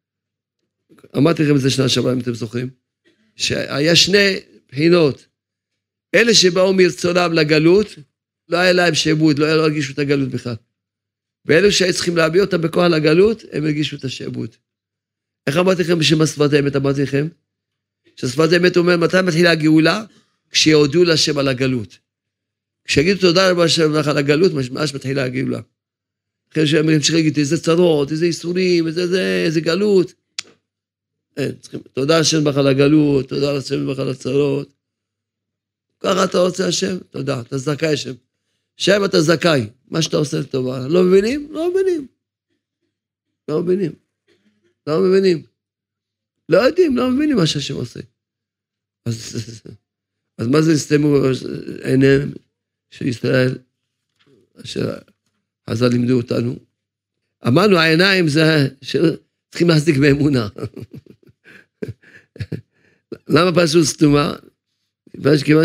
אמרתי לכם את זה שנה שבוע, אם אתם זוכרים, שהיה שני בחינות, אלה שבאו מרצונם לגלות, לא היה להם שעבוד, לא הרגישו את הגלות בכלל. ואלו שהיו צריכים להביא אותם בכוח לגלות, הם הרגישו את השעבוד. איך אמרתי לכם בשם שפת האמת? אמרתי לכם, ששפת האמת אומר, מתי מתחילה הגאולה? כשיעודו להשם על הגלות. כשיגידו תודה רבה השם על הגלות, ממש מתחילה הגאולה. אחרי שהם צריכים להגיד, איזה צרות, איזה איסורים, איזה, איזה, איזה גלות. אין, צריכים, תודה השם בך על הגלות, תודה השם בך על הצרות. ככה אתה רוצה השם? תודה, אתה זכאי השם. שם אתה זכאי, מה שאתה עושה לטובה. לא מבינים? לא מבינים. לא מבינים. לא מבינים. לא יודעים, לא מבינים מה שהשם עושה. אז, אז מה זה נסתמו עיניהם של ישראל, אשר חז"ל לימדו אותנו? אמרנו, העיניים זה שצריכים להחזיק באמונה. למה פרשו סתומה? כיוון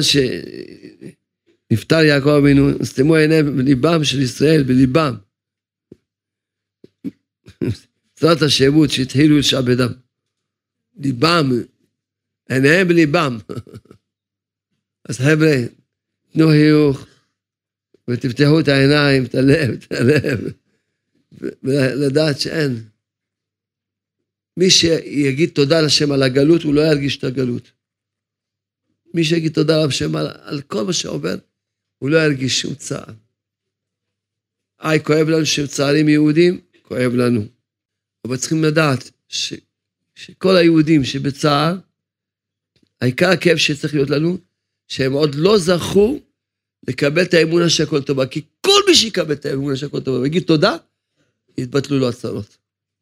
שנפטר יעקב אבינו, נסתמו עיניהם בליבם של ישראל, בליבם. זאת השעבוד שהתחילו לשעבדם. ליבם, עיניהם בליבם. אז חבר'ה, תנו חיוך, ותפתחו את העיניים, את הלב, את הלב, ולדעת שאין. מי שיגיד תודה לשם על הגלות, הוא לא ירגיש את הגלות. מי שיגיד תודה לשם על, על כל מה שעובר, הוא לא ירגיש שום צער. איי, כואב לנו שצערים יהודים, כואב לנו. אבל צריכים לדעת ש, שכל היהודים שבצער, העיקר הכאב שצריך להיות לנו, שהם עוד לא זכו לקבל את האמונה שהכל טובה, כי כל מי שיקבל את האמונה שהכל טובה, ויגיד תודה, יתבטלו לו הצרות.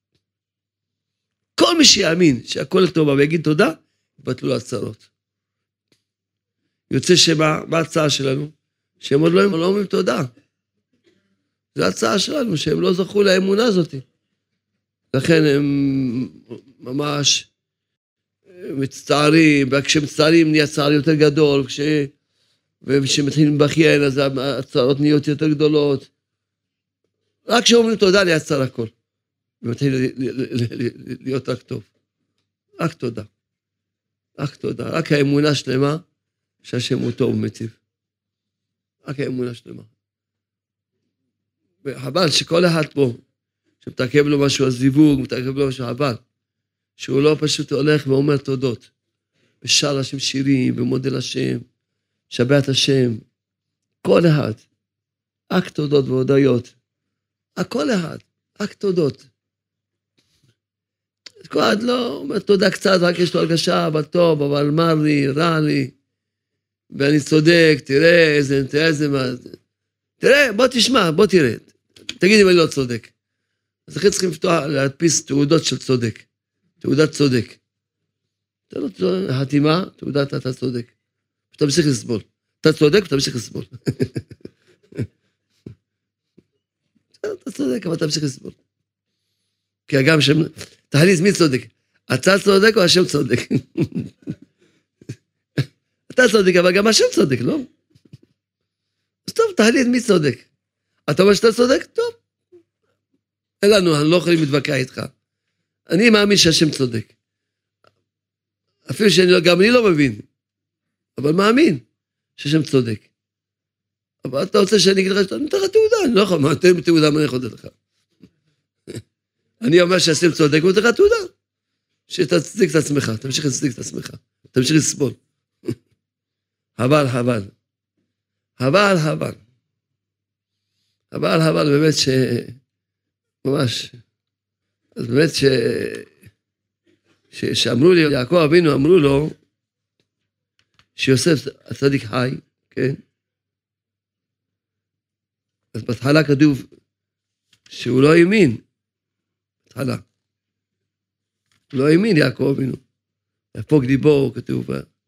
כל מי שיאמין שהכל טובה ויגיד תודה, יתבטלו לו הצרות. יוצא שמה, מה הצעה שלנו? שהם עוד לא, לא אומרים תודה. זו הצעה שלנו, שהם לא זכו לאמונה הזאת. לכן הם ממש מצטערים, וכשמצטערים נהיה צער יותר גדול, וכש... וכשמתחילים בכיין, אז הצערות נהיות יותר גדולות. רק כשאומרים תודה, נהיה צער הכל. ומתחיל להיות רק טוב. רק תודה. רק תודה. רק האמונה שלמה, שהשם הוא טוב ומציב. רק האמונה שלמה. וחבל שכל אחד פה, שמתעכב לו משהו הזיווג, מתעכב לו משהו חבל, שהוא לא פשוט הולך ואומר תודות. ושר השם שירים, ומודה לשם, שבת השם. כל אחד. רק תודות והודיות. הכל אחד. רק תודות. כל אחד לא אומר תודה קצת, רק יש לו הרגשה, אבל טוב, אבל מר לי, רע לי, ואני צודק, תראה איזה, תראה איזה מה, תראה, בוא תשמע, בוא תראה, תגיד אם אני לא צודק. אז לכן צריכים לפתוח, להדפיס תעודות של צודק, תעודת צודק. אתה לא צודק, חתימה, תעודת אתה צודק. אתה ממשיך לסבול. אתה צודק, אתה ממשיך לסבול. אתה צודק, אבל אתה ממשיך לסבול. כי גם שם, תהליז מי צודק? אתה צודק או השם צודק? אתה צודק, אבל גם השם צודק, לא? אז טוב, תהליז מי צודק? אתה אומר שאתה צודק? טוב. אין לנו, אנחנו לא יכולים להתווכח איתך. אני מאמין שהשם צודק. אפילו שגם אני לא מבין, אבל מאמין שהשם צודק. אבל אתה רוצה שאני אגיד לך שאתה נותן לך תעודה, אני לא יכול, מה תן לי תעודה, מה אני יכול לתת לך? אני אומר שהשם צודק, הוא נותן לך תעודה. שתצדיק את עצמך, תמשיך לצדיק את עצמך, תמשיך לסבול. חבל, חבל. חבל, חבל. חבל, חבל, באמת ש... ממש. אז באמת ש... ש... שאמרו לי, יעקב אבינו אמרו לו, שיוסף הצדיק חי, כן? אז בהתחלה כתוב שהוא לא האמין. בהתחלה. הוא לא האמין יעקב אבינו. יפוק דיבור, כתוב.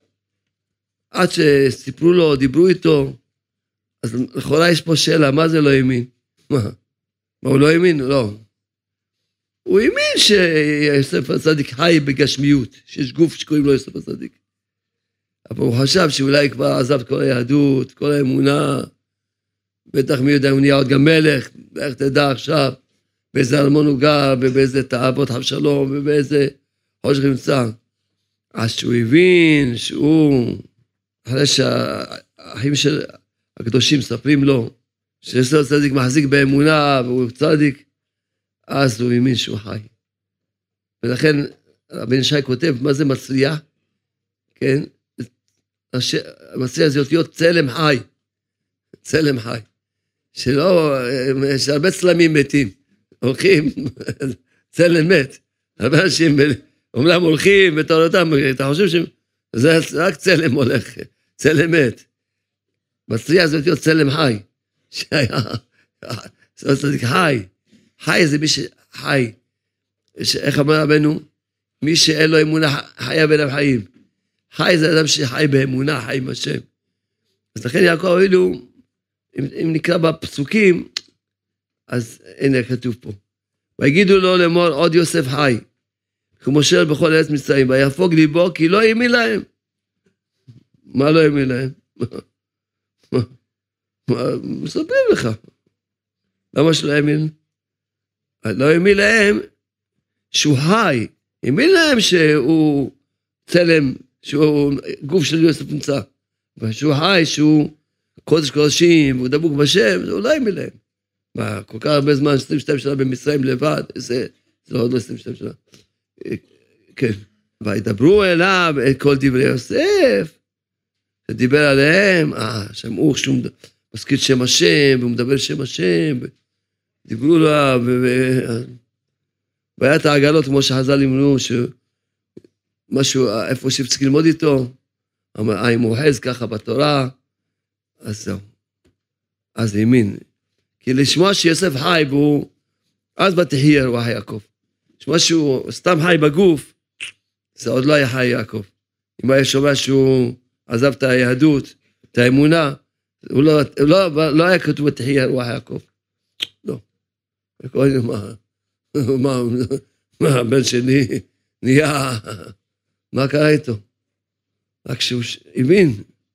עד שסיפרו לו, דיברו איתו, אז לכאורה יש פה שאלה, מה זה לא האמין? מה? מה הוא לא האמין? לא. הוא האמין שיוסף הצדיק חי בגשמיות, שיש גוף שקוראים לו יוסף הצדיק. אבל הוא חשב שאולי כבר עזב כל היהדות, כל האמונה, בטח מי יודע, הוא נהיה עוד גם מלך, איך תדע עכשיו, באיזה ארמון הוא גר, ובאיזה תאוות אבשלום, ובאיזה חושך נמצא. אז שהוא הבין שהוא, אחרי שהאחים של הקדושים מספרים לו, שיוסף הצדיק מחזיק באמונה, והוא צדיק, אז הוא האמין שהוא חי. ולכן רבי ישי כותב, מה זה מצליח? כן? המצליח זה אותיות צלם חי. צלם חי. שלא, יש הרבה צלמים מתים. הולכים, צלם מת. הרבה אנשים, אומנם הולכים בתורתם, אתה חושב שזה רק צלם הולך, צלם מת. מצליח זה אותיות צלם חי. שהיה, זה צדיק חי. חי זה מי שחי. איך אמר רבנו? מי שאין לו אמונה חיה בין החיים. חי זה אדם שחי באמונה, חי עם השם. אז לכן יעקב אבינו, אם, אם נקרא בפסוקים, אז הנה כתוב פה. ויגידו לו לאמור עוד יוסף חי, כמו שואל בכל ארץ מצרים, ויפוק ליבו כי לא האמין להם. מה לא האמין להם? מה? מה? מספרים לך. למה שלא האמין? לא האמין להם שהוא חי, האמין להם שהוא צלם, שהוא גוף של יוסף נמצא, ושהוא חי, שהוא קודש קודשים, והוא דבוק בשם, זה אולי האמין להם. מה, כל כך הרבה זמן, עשרים ושתיים שנה במצרים לבד, זה, זה עוד לא עשרים ושתיים שנה. כן. וידברו אליו את כל דברי יוסף, שדיבר עליהם, אה, שמעו שהוא מזכיר שם השם, והוא מדבר שם השם, דיברו לו, והיה את העגלות, כמו שחז"ל לימדו, שמשהו, איפה שצריך ללמוד איתו, אם הוא אוחז ככה בתורה, אז זהו. אז האמין. כי לשמוע שיוסף חי, והוא, אז בתחיה רוח יעקב. לשמוע שהוא סתם חי בגוף, זה עוד לא היה חי יעקב. אם היה שומע שהוא עזב את היהדות, את האמונה, הוא לא, לא, לא היה כתוב בתחיה רוח יעקב. לא. מה, מה, מה, הבן שלי נהיה, מה קרה איתו? רק שהוא הבין.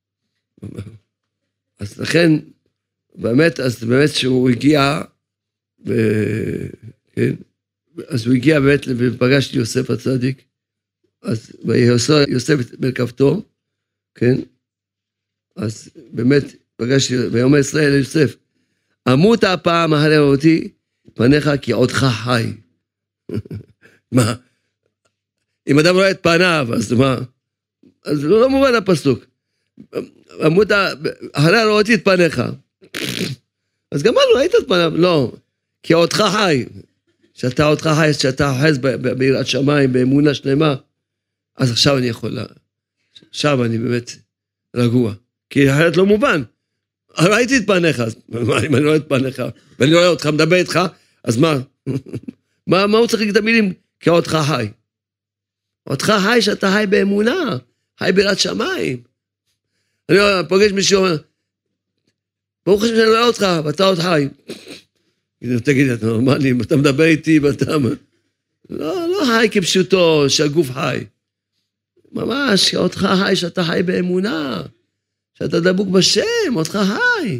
אז לכן, באמת, אז באמת שהוא הגיע, ו... כן, אז הוא הגיע באמת, ופגש את יוסף הצדיק, אז יוסף, יוסף מרכבתו, כן, אז באמת פגש, ויאמר ישראל ליוסף, אמות הפעם אחרי אותי, פניך כי עודך חי. מה? אם אדם רואה את פניו, אז מה? אז לא, לא מובן הפסוק. אמות, אחרי ראיתי את פניך. אז גם אני ראית את פניו, לא. כי עודך חי. שאתה עודך חי, שאתה אוחז ביראת שמיים, באמונה שלמה, אז עכשיו אני יכול, עכשיו אני באמת רגוע. כי אחרת לא מובן. ראיתי את פניך, אז מה, אם אני רואה את פניך, ואני רואה אותך, מדבר איתך, אז מה? מה, מה הוא צריך להגיד את המילים? כי עודך חי. עודך חי שאתה חי באמונה, חי ביראת שמיים. אני פוגש מישהו, ברוך השם שאני רואה אותך, ואתה עוד חי. תגיד, אתה נורמלי, אתה מדבר איתי, ואתה... לא, לא חי כפשוטו, שהגוף חי. ממש, אותך חי, שאתה חי באמונה, שאתה דבוק בשם, אותך חי.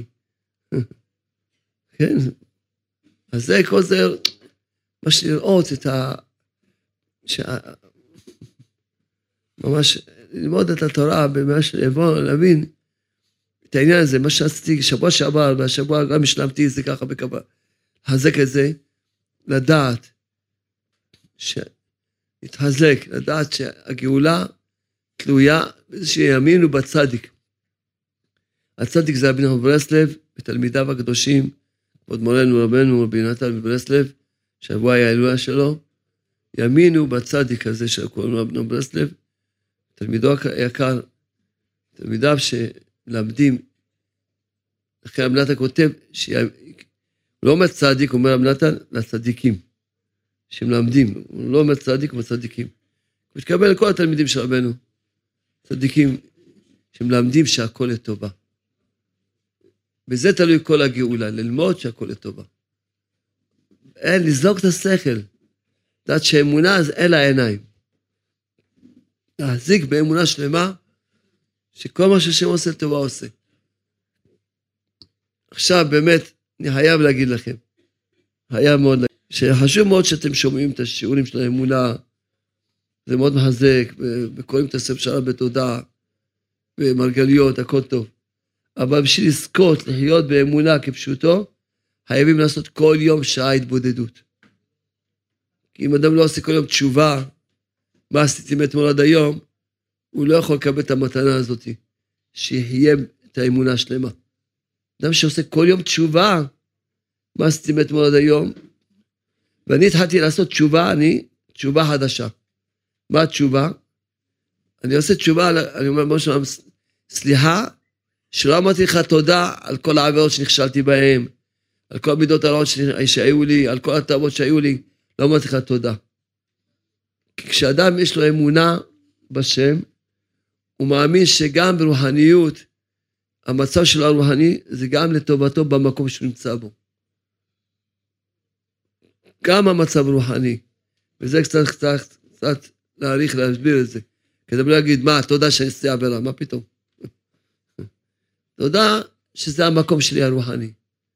כן. אז זה, כל זה, מה שלראות את ה... ש... ממש, ללמוד את התורה, ממש לבוא, להבין את העניין הזה, מה שעשיתי שבוע שעבר, והשבוע גם השלמתי את זה ככה בקבל. לחזק את זה, לדעת, להתחזק, לדעת שהגאולה תלויה בזה שיאמינו בצדיק. הצדיק זה רבי נחמן מברסלב, ותלמידיו הקדושים, עוד מורנו רבנו רבי נתן מברסלב, שבוע היה ההילולה שלו, יאמינו בצדיק הזה של קוראים רבי נחמן מברסלב, תלמידו היקר, תלמידיו שלמדים, לכן רבי נתן כותב, הוא לא אומר צדיק, הוא אומר רבי נתן לצדיקים, שמלמדים, הוא לא אומר צדיק, הוא אומר צדיקים. הוא מתקבל לכל התלמידים של רבנו, צדיקים שמלמדים שהכל לטובה. וזה תלוי כל הגאולה, ללמוד שהכל לטובה. אין, לזלוק את השכל. לדעת שהאמונה זה אל העיניים. להחזיק באמונה שלמה, שכל מה שהשם עושה לטובה עושה. עכשיו באמת, אני חייב להגיד לכם, חייב מאוד להגיד, שחשוב מאוד שאתם שומעים את השיעורים של האמונה, זה מאוד מחזק, וקוראים את הספר שלה בתודה, במרגליות, הכל טוב. אבל בשביל לזכות, לחיות באמונה כפשוטו, חייבים לעשות כל יום שעה התבודדות. כי אם אדם לא עושה כל יום תשובה, מה עשיתי מאתמול עד היום, הוא לא יכול לקבל את המתנה הזאת, שיחיה את האמונה השלמה. אדם שעושה כל יום תשובה, מה עשיתי מאתמול עד היום, ואני התחלתי לעשות תשובה, אני, תשובה חדשה. מה התשובה? אני עושה תשובה, אני אומר משהו, סליחה, שלא אמרתי לך תודה על כל העבירות שנכשלתי בהן, על כל המידות הרעות שהיו לי, על כל הטעויות שהיו לי, לא אמרתי לך תודה. כי כשאדם יש לו אמונה בשם, הוא מאמין שגם ברוחניות, המצב שלו הרוחני, זה גם לטובתו במקום שהוא נמצא בו. גם המצב רוחני, וזה קצת, קצת, קצת להעריך, להסביר את זה. כדי לא להגיד, מה, תודה שאני עשיתי עבירה, מה פתאום? תודה שזה המקום שלי הרוחני.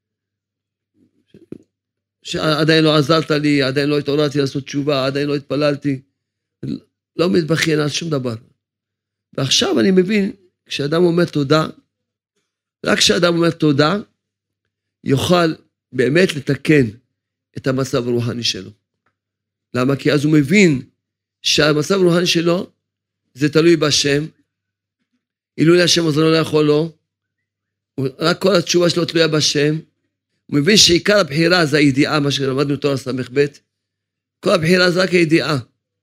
שעדיין לא עזרת לי, עדיין לא התעוררתי לעשות תשובה, עדיין לא התפללתי, לא מתבכיין על שום דבר. ועכשיו אני מבין, כשאדם אומר תודה, רק כשאדם אומר תודה, יוכל באמת לתקן את המצב הרוחני שלו. למה? כי אז הוא מבין שהמצב הרוחני שלו זה תלוי בהשם, אילולא השם אז לא יכול לו, רק כל התשובה שלו תלויה בהשם, הוא מבין שעיקר הבחירה זה הידיעה, מה שלמדנו תורה סמך ב', כל הבחירה זה רק הידיעה,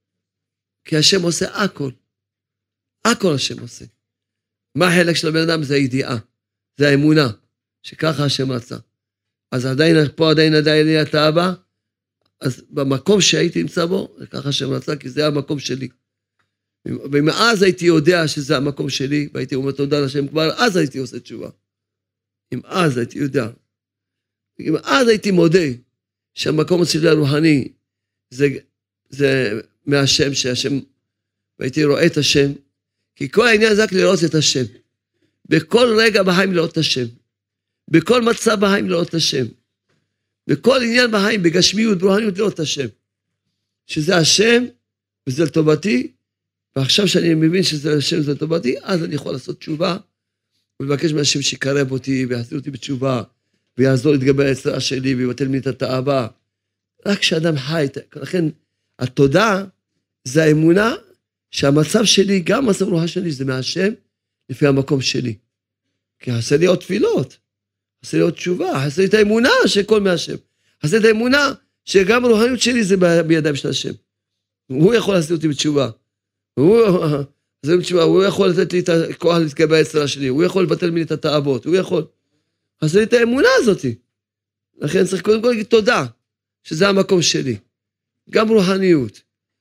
כי השם עושה הכל, הכל השם עושה. מה החלק של הבן אדם? זה הידיעה, זה האמונה, שככה השם רצה. אז עדיין, פה עדיין עדיין לי את האבא, אז במקום שהייתי נמצא בו, ככה השם רצה, כי זה המקום שלי. ואם אז הייתי יודע שזה המקום שלי, והייתי אומר תודה לשם כבר, אז הייתי עושה תשובה. אם אז הייתי יודע. אם אז הייתי מודה, שהמקום שלי הרוחני, זה, זה מהשם, שהשם, והייתי רואה את השם, כי כל העניין זה רק לראות את השם. בכל רגע בחיים לראות את השם. בכל מצב בחיים לראות את השם. בכל עניין בחיים, בגשמיות, ברוחניות לראות את השם. שזה השם, וזה לטובתי, ועכשיו שאני מבין שזה השם וזה לטובתי, אז אני יכול לעשות תשובה, ולבקש מהשם שיקרב אותי, ויחזיר אותי בתשובה, ויעזור להתגבר על היצר שלי, ויבטל לי את התאווה. רק כשאדם חי, לכן התודה, זה האמונה, שהמצב שלי, גם המצב רוח שלי, זה מהשם, לפי המקום שלי. כי חסר לי עוד תפילות, חסר לי עוד תשובה, חסר לי את האמונה שכל מהשם. חסר לי את האמונה שגם הרוחניות שלי זה בידיים של השם. הוא יכול לעשות אותי בתשובה. הוא, זה בתשובה, הוא יכול לתת לי את הכוח להתקבל היצר שלי, הוא יכול לבטל לי את התאוות, הוא יכול. חסר לי את האמונה הזאת. לכן צריך קודם כל להגיד תודה, שזה המקום שלי. גם רוחניות.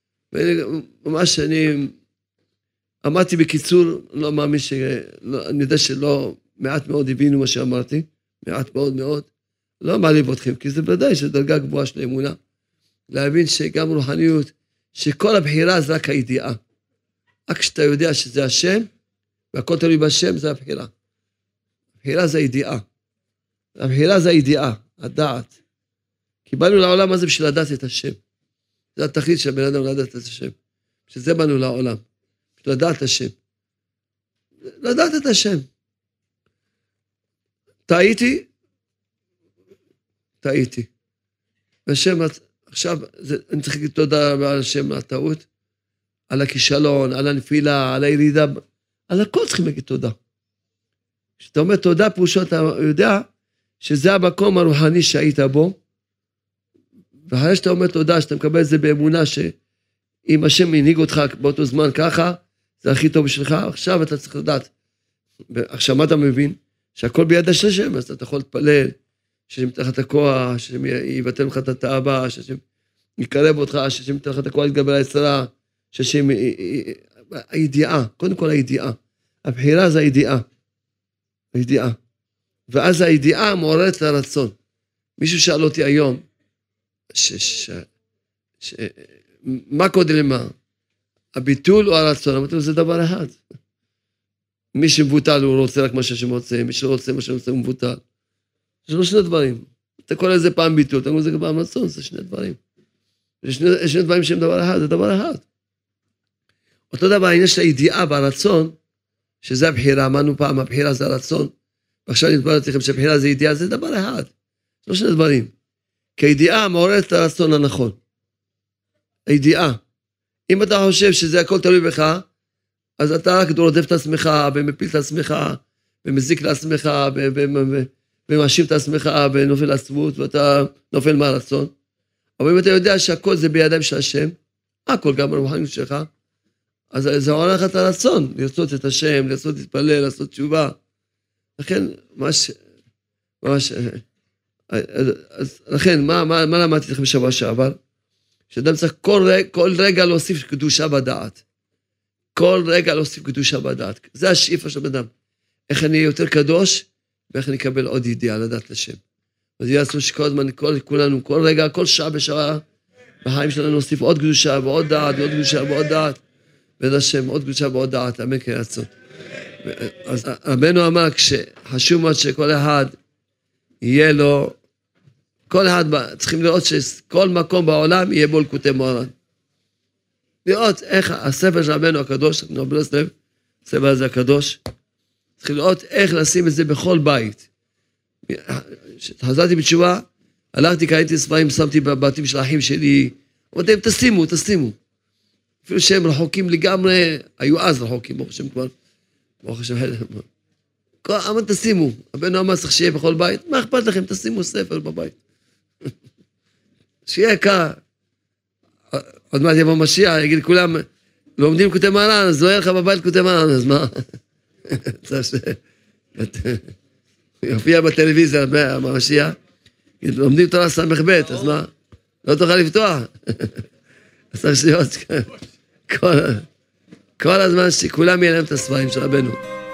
ממש אני אמרתי בקיצור, לא מאמין ש... לא, אני יודע שלא מעט מאוד הבינו מה שאמרתי, מעט מאוד מאוד, לא מעליב אתכם, כי זה ודאי שדרגה גבוהה של האמונה, להבין שגם רוחניות, שכל הבחירה זה רק הידיעה. רק כשאתה יודע שזה השם, והכל תלוי בשם, זה הבחירה. הבחירה זה הידיעה. הבחירה זה הידיעה, הדעת. כי באנו לעולם הזה בשביל לדעת את השם. זה התכלית של בן אדם לדעת את השם. שזה באנו לעולם. לדעת את השם. לדעת את השם. טעיתי, טעיתי. השם, עכשיו, זה, אני צריך להגיד תודה על השם, על הטעות, על הכישלון, על הנפילה, על הירידה, על הכל צריכים להגיד תודה. כשאתה אומר תודה, פירושו אתה יודע שזה המקום הרוחני שהיית בו, ואחרי שאתה אומר תודה, שאתה מקבל את זה באמונה, שאם השם ינהיג אותך באותו זמן ככה, זה הכי טוב בשבילך, עכשיו אתה צריך לדעת. עכשיו מה אתה מבין? שהכל ביד השם, אז אתה יכול להתפלל, שהשם ייתן לך את הכוח, שהשם יבטל לך את התאווה, שהשם יקרב אותך, שהשם ייתן לך את הכוח להתגבר על היצרה, שהשם... הידיעה, קודם כל הידיעה. הבחירה זה הידיעה. הידיעה. ואז הידיעה מעוררת לרצון. מישהו שאל אותי היום, ש... ש... ש... מה קודם למה? הביטול או הרצון? אמרתי לו, זה דבר אחד. מי שמבוטל הוא רוצה רק מה שהשם רוצה, מי שלא רוצה מה שהשם רוצה הוא מבוטל. יש לו שני דברים. אתה קורא לזה פעם ביטול, אתה קורא לזה פעם רצון, זה שני דברים. יש שני, שני דברים שהם דבר אחד, זה דבר אחד. אותו דבר, העניין של הידיעה והרצון, שזה הבחירה, אמרנו פעם, הבחירה זה הרצון, ועכשיו אני אתברר לכם שהבחירה זה ידיעה, זה דבר אחד. לא שני דברים. כי הידיעה מעוררת את הרצון הנכון. הידיעה. אם אתה חושב שזה הכל תלוי בך, אז אתה רק רודף את עצמך, ומפיל את עצמך, ומזיק לעצמך, ומאשים את עצמך, ונופל לעצבות, ואתה נופל מהרצון. אבל אם אתה יודע שהכל זה בידיים של השם, הכל גם הרוחניות שלך, אז זה עולה לך את הרצון, לרצות את השם, לרצות להתפלל, לעשות תשובה. לכן, ממש, ממש, אז לכן, מה, מה, מה למדתי לכם בשבוע שעבר? שאדם צריך כל רגע, כל רגע להוסיף קדושה בדעת. כל רגע להוסיף קדושה בדעת. זה השאיפה של אדם. איך אני אהיה יותר קדוש, ואיך אני אקבל עוד ידיעה לדעת לשם. אז יעשו שכל הזמן, כל, כולנו, כל רגע, כל שעה בשעה, בחיים שלנו נוסיף עוד קדושה, ועוד דעת, ועוד קדושה, ועוד דעת. בן השם, עוד קדושה ועוד דעת, אמן כן רצון. אז רבנו אמר, כשחשוב מאוד שכל אחד יהיה לו, כל אחד, צריכים לראות שכל מקום בעולם יהיה בו לקוטי מוהר"ן. לראות איך הספר של רבנו הקדוש, נובלסלב, הספר הזה הקדוש, צריכים לראות איך לשים את זה בכל בית. חזרתי בתשובה, הלכתי, קראתי ספרים, שמתי בבתים של האחים שלי, אמרתי להם, תשימו, תשימו. אפילו שהם רחוקים לגמרי, היו אז רחוקים, ברוך השם כבר, ברוך השם, אמרתי, תשימו. הבן אמר, צריך שיהיה בכל בית, מה אכפת לכם? תשימו ספר בבית. שיהיה קר. עוד מעט יבוא משיח, יגיד לכולם, לומדים כותב מרן, אז לא יהיה לך בבית כותב מרן, אז מה? יופיע בטלוויזיה, במשיח, לומדים תורה סמך בית, אז מה? לא תוכל לפתוח. אז צריך להיות כל הזמן שכולם יהיה להם את הספרים של רבנו.